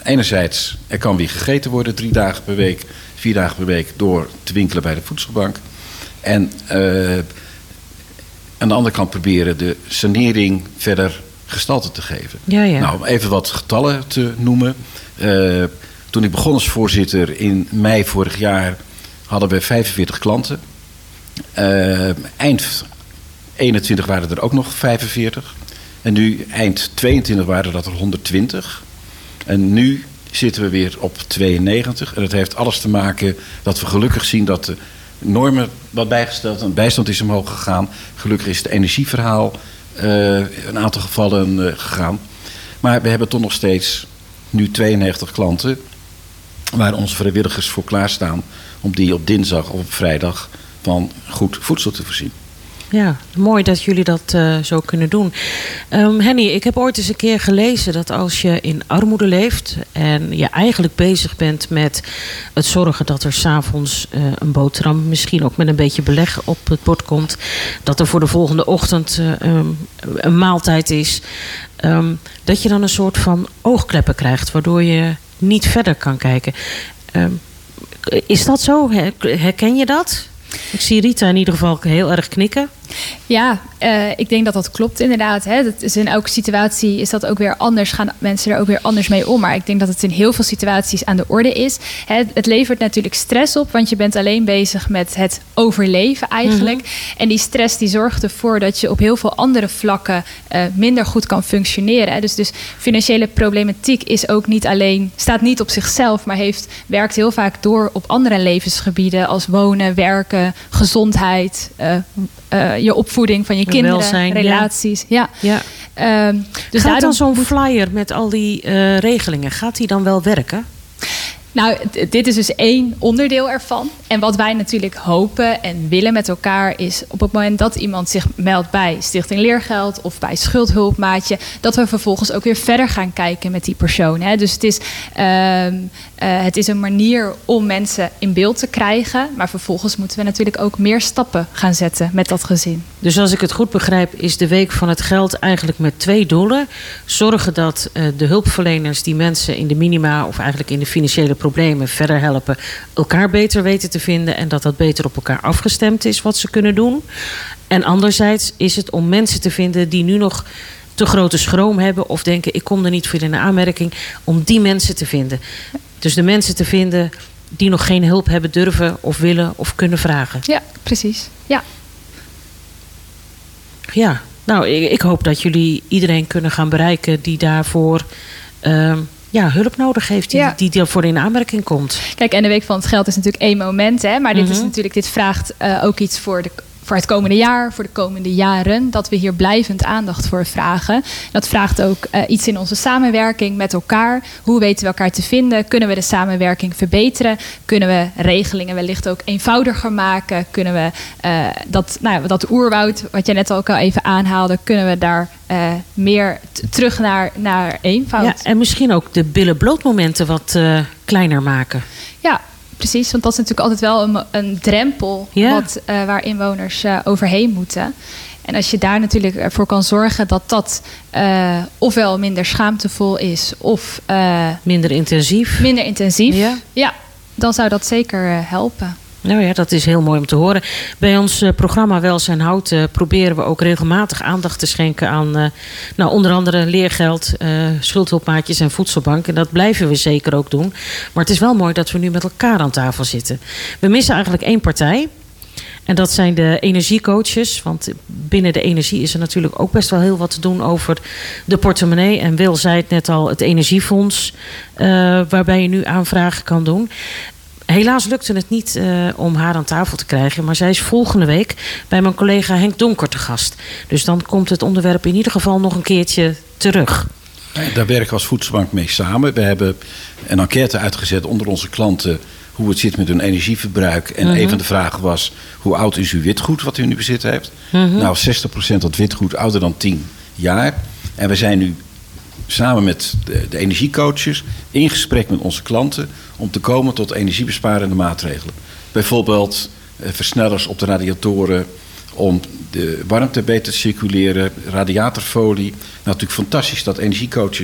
enerzijds, er kan weer gegeten worden drie dagen per week, vier dagen per week door te winkelen bij de voedselbank. En uh, aan de andere kant proberen de sanering verder gestalte te geven. Ja, ja. Nou, om even wat getallen te noemen. Uh, toen ik begon als voorzitter in mei vorig jaar hadden we vijfenveertig klanten. Uh, eind eenentwintig waren er ook nog vijfenveertig. En nu eind tweeëntwintig waren dat er honderdtwintig. En nu zitten we weer op tweeënnegentig. En dat heeft alles te maken dat we gelukkig zien dat de normen wat bijgesteld en bijstand is omhoog gegaan. Gelukkig is het energieverhaal uh, een aantal gevallen uh, gegaan. Maar we hebben toch nog steeds nu tweeënnegentig klanten waar onze vrijwilligers voor klaarstaan om die op dinsdag of op vrijdag van goed voedsel te voorzien. Ja, mooi dat jullie dat uh, zo kunnen doen. Um, Henny, ik heb ooit eens een keer gelezen dat als je in armoede leeft en je eigenlijk bezig bent met het zorgen dat er 's avonds uh, een boterham, misschien ook met een beetje beleg op het bord komt, dat er voor de volgende ochtend uh, um, een maaltijd is, um, dat je dan een soort van oogkleppen krijgt, waardoor je niet verder kan kijken. Um, is dat zo? Herken je dat? Ik zie Rita in ieder geval heel erg knikken. Ja, uh, ik denk dat dat klopt inderdaad. Hè. Dat is in elke situatie is dat ook weer anders. Gaan mensen er ook weer anders mee om. Maar ik denk dat het in heel veel situaties aan de orde is. Hè, het levert natuurlijk stress op. Want je bent alleen bezig met het overleven eigenlijk. Mm-hmm. En die stress die zorgt ervoor dat je op heel veel andere vlakken uh, minder goed kan functioneren. Hè. Dus, dus financiële problematiek is ook niet alleen, staat niet op zichzelf. Maar heeft, werkt heel vaak door op andere levensgebieden. Als wonen, werken, gezondheid, uh, uh, je opvoeding van je kinderen, welzijn, relaties. Ja. Ja. Ja. Um, dus gaat dan zo'n flyer met al die uh, regelingen, gaat die dan wel werken? Nou, d- dit is dus één onderdeel ervan. En wat wij natuurlijk hopen en willen met elkaar is op het moment dat iemand zich meldt bij Stichting Leergeld of bij Schuldhulpmaatje, dat we vervolgens ook weer verder gaan kijken met die persoon. Hè. Dus het is, uh, uh, het is een manier om mensen in beeld te krijgen. Maar vervolgens moeten we natuurlijk ook meer stappen gaan zetten met dat gezin. Dus als ik het goed begrijp, is de Week van het Geld eigenlijk met twee doelen. Zorgen dat uh, de hulpverleners die mensen in de minima of eigenlijk in de financiële problemen verder helpen, elkaar beter weten te vinden en dat dat beter op elkaar afgestemd is wat ze kunnen doen. En anderzijds is het om mensen te vinden die nu nog te grote schroom hebben of denken ik kom er niet voor in de aanmerking, om die mensen te vinden. Dus de mensen te vinden die nog geen hulp hebben durven of willen of kunnen vragen. Ja, precies. Ja. Ja, nou ik, ik hoop dat jullie iedereen kunnen gaan bereiken die daarvoor Uh, ja, hulp nodig heeft, die, ja. die daarvoor in aanmerking komt. Kijk, en de Week van het Geld is natuurlijk één moment, hè, maar dit mm-hmm. is natuurlijk, dit vraagt uh, ook iets voor de voor het komende jaar, voor de komende jaren, dat we hier blijvend aandacht voor vragen. Dat vraagt ook uh, iets in onze samenwerking met elkaar. Hoe weten we elkaar te vinden? Kunnen we de samenwerking verbeteren? Kunnen we regelingen wellicht ook eenvoudiger maken? Kunnen we uh, dat, nou ja, dat oerwoud, wat je net ook al even aanhaalde, kunnen we daar uh, meer t- terug naar, naar eenvoud? Ja, en misschien ook de billen-blootmomenten wat uh, kleiner maken. Ja. Precies, want dat is natuurlijk altijd wel een, een drempel ja. wat, uh, waar inwoners uh, overheen moeten. En als je daar natuurlijk voor kan zorgen dat dat uh, ofwel minder schaamtevol is of Uh, minder intensief. Minder intensief, ja. ja dan zou dat zeker uh, helpen. Nou ja, dat is heel mooi om te horen. Bij ons uh, programma Welzijn Houdt uh, proberen we ook regelmatig aandacht te schenken aan uh, nou, onder andere leergeld, uh, schuldhulpmaatjes en voedselbank. En dat blijven we zeker ook doen. Maar het is wel mooi dat we nu met elkaar aan tafel zitten. We missen eigenlijk één partij. En dat zijn de energiecoaches. Want binnen de energie is er natuurlijk ook best wel heel wat te doen over de portemonnee. En Wil zei het net al, het energiefonds, uh, waarbij je nu aanvragen kan doen. Helaas lukte het niet uh, om haar aan tafel te krijgen. Maar zij is volgende week bij mijn collega Henk Donker te gast. Dus dan komt het onderwerp in ieder geval nog een keertje terug. Daar werken we als Voedselbank mee samen. We hebben een enquête uitgezet onder onze klanten hoe het zit met hun energieverbruik. En mm-hmm. een van de vragen was, hoe oud is uw witgoed wat u in uw bezit heeft? Mm-hmm. Nou, zestig procent van het witgoed ouder dan tien jaar. En we zijn nu samen met de, de energiecoaches in gesprek met onze klanten om te komen tot energiebesparende maatregelen. Bijvoorbeeld eh, versnellers op de radiatoren om de warmte beter te circuleren, radiatorfolie. Nou, natuurlijk fantastisch dat energiecoaches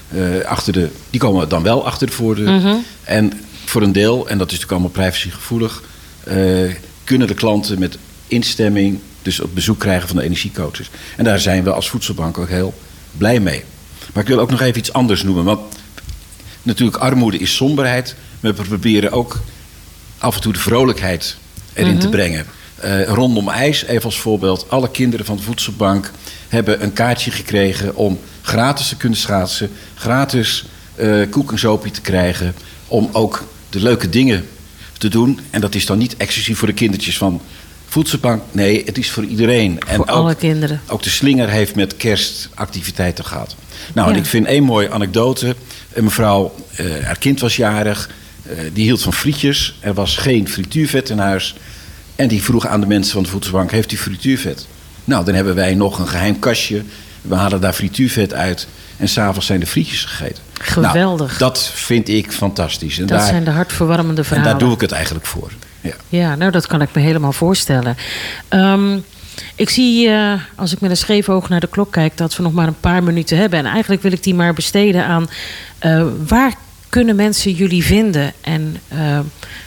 uh, achter de, die komen dan wel achter de voordeur. Mm-hmm. En voor een deel, en dat is natuurlijk allemaal privacygevoelig, uh, kunnen de klanten met instemming dus op bezoek krijgen van de energiecoaches. En daar zijn we als voedselbank ook heel blij mee. Maar ik wil ook nog even iets anders noemen. Want natuurlijk, armoede is somberheid. Maar we proberen ook af en toe de vrolijkheid erin mm-hmm. te brengen. Uh, rondom IJs, even als voorbeeld. Alle kinderen van de voedselbank hebben een kaartje gekregen om gratis te kunnen schaatsen. Gratis uh, koek en zopie te krijgen. Om ook de leuke dingen te doen. En dat is dan niet exclusief voor de kindertjes van voedselbank. Nee, het is voor iedereen. Voor en ook, alle kinderen. Ook de slinger heeft met kerstactiviteiten gehad. Nou, ja. en ik vind één mooie anekdote. Een mevrouw, uh, haar kind was jarig. Uh, die hield van frietjes. Er was geen frituurvet in huis. En die vroeg aan de mensen van de voedselbank: heeft u frituurvet? Nou, dan hebben wij nog een geheim kastje. We halen daar frituurvet uit. En s'avonds zijn de frietjes gegeten. Geweldig. Nou, dat vind ik fantastisch. En dat daar, zijn de hartverwarmende verhalen. En daar doe ik het eigenlijk voor. Ja, ja, nou dat kan ik me helemaal voorstellen. Um, ik zie, uh, als ik met een scheef oog naar de klok kijk, dat we nog maar een paar minuten hebben. En eigenlijk wil ik die maar besteden aan uh, waar kunnen mensen jullie vinden? En uh,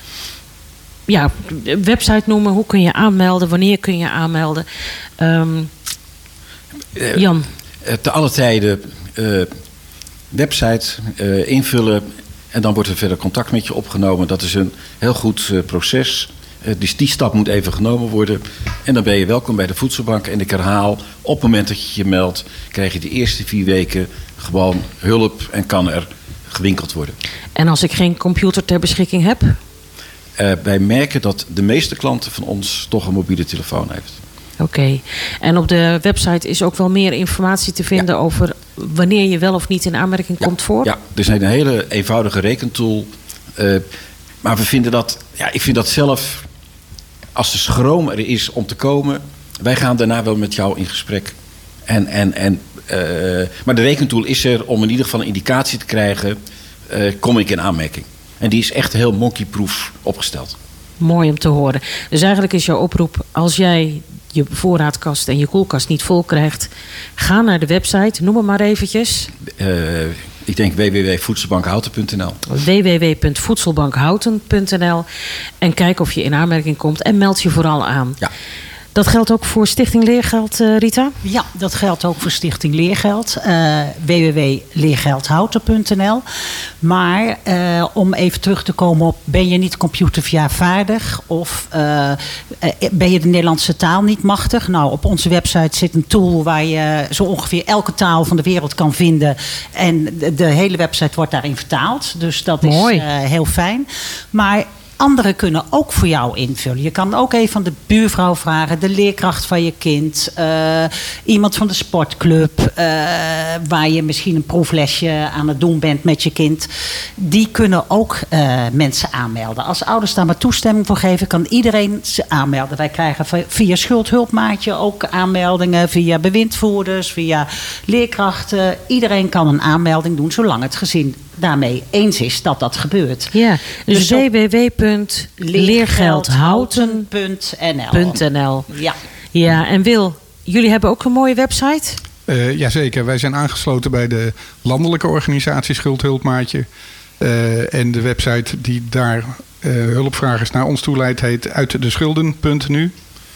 ja, website noemen, hoe kun je aanmelden, wanneer kun je aanmelden? Um, Jan? Uh, te alle tijden uh, website uh, invullen en dan wordt er verder contact met je opgenomen. Dat is een heel goed uh, proces. Uh, dus die stap moet even genomen worden. En dan ben je welkom bij de voedselbank. En ik herhaal, op het moment dat je je meldt, krijg je de eerste vier weken gewoon hulp en kan er gewinkeld worden. En als ik geen computer ter beschikking heb? Uh, wij merken dat de meeste klanten van ons toch een mobiele telefoon heeft. Oké. Okay. En op de website is ook wel meer informatie te vinden ja. over wanneer je wel of niet in aanmerking ja. komt voor? Ja, er is een hele eenvoudige rekentool. Uh, maar we vinden dat, ja, ik vind dat zelf, als de schroom er is om te komen, wij gaan daarna wel met jou in gesprek. En, en, en, uh, maar de rekentool is er om in ieder geval een indicatie te krijgen, uh, kom ik in aanmerking. En die is echt heel monkeyproof opgesteld. Mooi om te horen. Dus eigenlijk is jouw oproep, als jij je voorraadkast en je koelkast niet vol krijgt, ga naar de website, noem hem maar eventjes. Uh, ik denk w w w punt voedselbankhouten punt n l. w w w punt voedselbankhouten punt n l en kijk of je in aanmerking komt en meld je vooral aan. Ja. Dat geldt ook voor Stichting Leergeld, uh, Rita? Ja, dat geldt ook voor Stichting Leergeld. Uh, w w w punt leergeldhouten punt n l. Maar uh, om even terug te komen op, ben je niet computervaardig of uh, ben je de Nederlandse taal niet machtig? Nou, op onze website zit een tool waar je zo ongeveer elke taal van de wereld kan vinden. En de, de hele website wordt daarin vertaald. Dus dat Mooi. is uh, heel fijn. Maar anderen kunnen ook voor jou invullen. Je kan ook even van de buurvrouw vragen, de leerkracht van je kind, uh, iemand van de sportclub, uh, waar je misschien een proeflesje aan het doen bent met je kind. Die kunnen ook uh, mensen aanmelden. Als ouders daar maar toestemming voor geven, kan iedereen ze aanmelden. Wij krijgen via schuldhulpmaatje ook aanmeldingen, via bewindvoerders, via leerkrachten. Iedereen kan een aanmelding doen, zolang het gezin daarmee eens is dat dat gebeurt. Ja, dus, dus w w w punt leergeldhouten punt n l. Ja. Ja, en Wil, jullie hebben ook een mooie website? Uh, jazeker, wij zijn aangesloten bij de landelijke organisatie Schuldhulpmaatje. Uh, en de website die daar uh, hulpvragers naar ons toe leidt heet uit de schulden punt n u.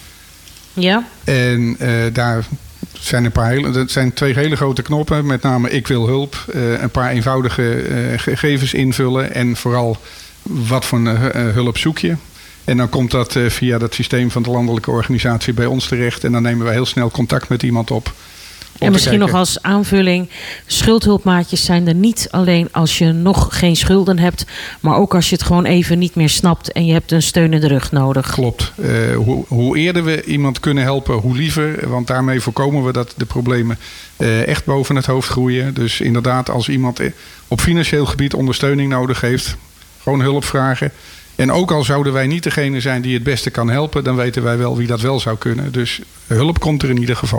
Ja. En uh, daar zijn een paar hele, dat zijn twee hele grote knoppen. Met name ik wil hulp. Uh, een paar eenvoudige uh, gegevens invullen. En vooral wat voor uh, hulp zoek je. En dan komt dat uh, via dat systeem van de landelijke organisatie bij ons terecht. En dan nemen we heel snel contact met iemand op. En misschien nog als aanvulling, schuldhulpmaatjes zijn er niet alleen als je nog geen schulden hebt, maar ook als je het gewoon even niet meer snapt en je hebt een steun in de rug nodig. Klopt. Uh, hoe, hoe eerder we iemand kunnen helpen, hoe liever. Want daarmee voorkomen we dat de problemen uh, echt boven het hoofd groeien. Dus inderdaad, als iemand op financieel gebied ondersteuning nodig heeft, gewoon hulp vragen. En ook al zouden wij niet degene zijn die het beste kan helpen, dan weten wij wel wie dat wel zou kunnen. Dus hulp komt er in ieder geval.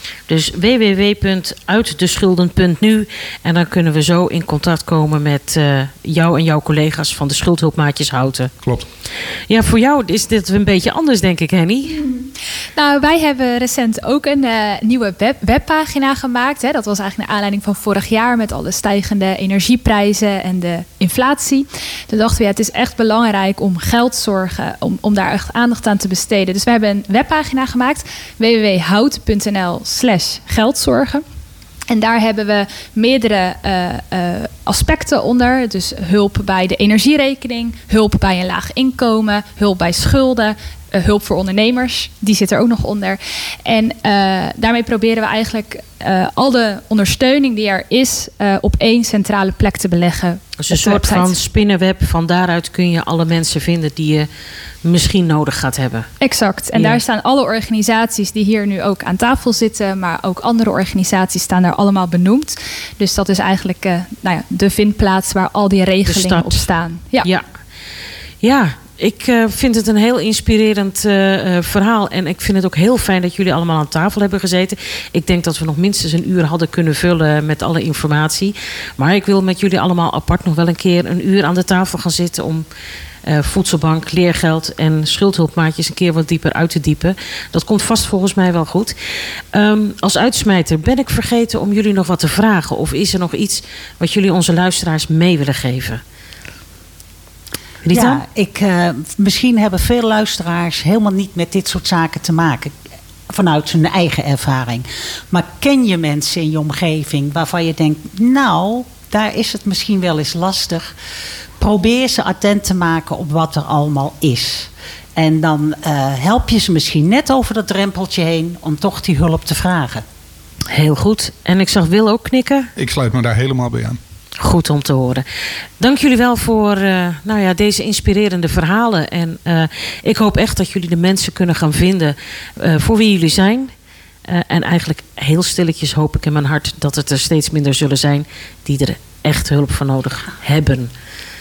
Dus w w w punt uitdeschulden punt n u. En dan kunnen we zo in contact komen met uh, jou en jouw collega's van de Schuldhulpmaatjes Houten. Klopt. Ja, voor jou is dit een beetje anders, denk ik, Henny. Nou, wij hebben recent ook een uh, nieuwe web, webpagina gemaakt. Hè. Dat was eigenlijk naar aanleiding van vorig jaar met alle stijgende energieprijzen en de inflatie. Toen dachten we, ja, het is echt belangrijk om geldzorgen, om, om daar echt aandacht aan te besteden. Dus we hebben een webpagina gemaakt, w w w punt hout punt n l slash geldzorgen. En daar hebben we meerdere uh, uh, aspecten onder. Dus hulp bij de energierekening, hulp bij een laag inkomen, hulp bij schulden, uh, hulp voor ondernemers. Die zit er ook nog onder. En uh, daarmee proberen we eigenlijk uh, al de ondersteuning die er is uh, op één centrale plek te beleggen. Dus een soort van spinnenweb. Van daaruit kun je alle mensen vinden die je misschien nodig gaat hebben. Exact. En ja. Daar staan alle organisaties die hier nu ook aan tafel zitten, maar ook andere organisaties staan daar allemaal benoemd. Dus dat is eigenlijk uh, nou ja, de vindplaats waar al die regelingen op staan. Ja. Ja. Ja. Ik uh, vind het een heel inspirerend uh, uh, verhaal. En ik vind het ook heel fijn dat jullie allemaal aan tafel hebben gezeten. Ik denk dat we nog minstens een uur hadden kunnen vullen met alle informatie. Maar ik wil met jullie allemaal apart nog wel een keer een uur aan de tafel gaan zitten om uh, voedselbank, leergeld en schuldhulpmaatjes een keer wat dieper uit te diepen. Dat komt vast volgens mij wel goed. Um, als uitsmijter, ben ik vergeten om jullie nog wat te vragen? Of is er nog iets wat jullie onze luisteraars mee willen geven? Rita? Ja, ik, uh, misschien hebben veel luisteraars helemaal niet met dit soort zaken te maken. Vanuit hun eigen ervaring. Maar ken je mensen in je omgeving waarvan je denkt, nou, daar is het misschien wel eens lastig. Probeer ze attent te maken op wat er allemaal is. En dan uh, help je ze misschien net over dat drempeltje heen om toch die hulp te vragen. Heel goed. En ik zag Wil ook knikken. Ik sluit me daar helemaal bij aan. Goed om te horen. Dank jullie wel voor uh, nou ja, deze inspirerende verhalen. En uh, ik hoop echt dat jullie de mensen kunnen gaan vinden uh, voor wie jullie zijn. Uh, en eigenlijk heel stilletjes hoop ik in mijn hart dat het er steeds minder zullen zijn die er echt hulp voor nodig hebben.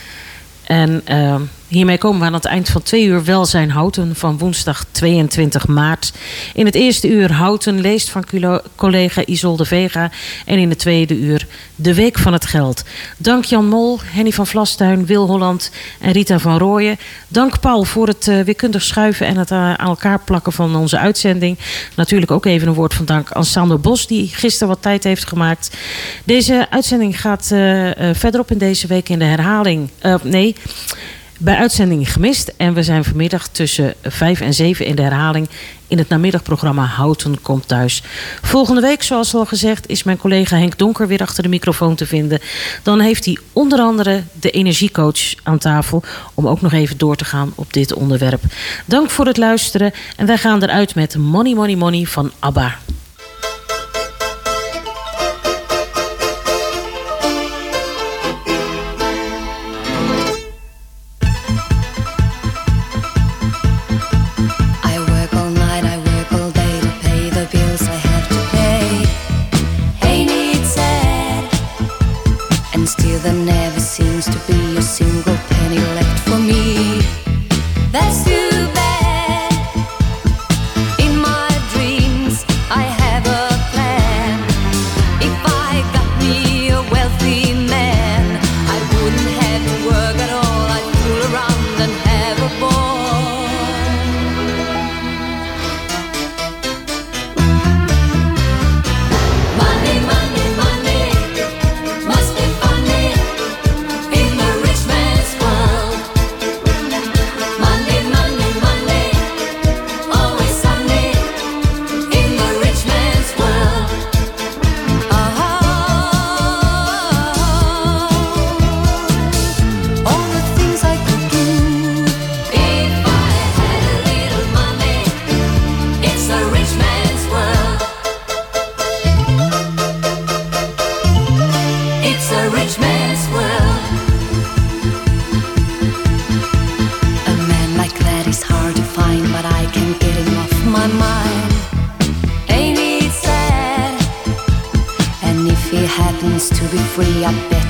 En uh, hiermee komen we aan het eind van twee uur Welzijn Houten van woensdag tweeëntwintig maart. In het eerste uur Houten leest van collega Isolde Vega. En in het tweede uur de Week van het Geld. Dank Jan Mol, Henny van Vlastuin, Wil Holland en Rita van Rooyen. Dank Paul voor het uh, weerkundig schuiven en het uh, aan elkaar plakken van onze uitzending. Natuurlijk ook even een woord van dank aan Sander Bos, die gisteren wat tijd heeft gemaakt. Deze uitzending gaat uh, uh, verderop in deze week in de herhaling. Uh, nee... Bij uitzending gemist. En we zijn vanmiddag tussen vijf en zeven in de herhaling in het namiddagprogramma Houten komt thuis. Volgende week, zoals al gezegd, is mijn collega Henk Donker weer achter de microfoon te vinden. Dan heeft hij onder andere de energiecoach aan tafel om ook nog even door te gaan op dit onderwerp. Dank voor het luisteren en wij gaan eruit met Money Money Money van ABBA. happens to be free, I bet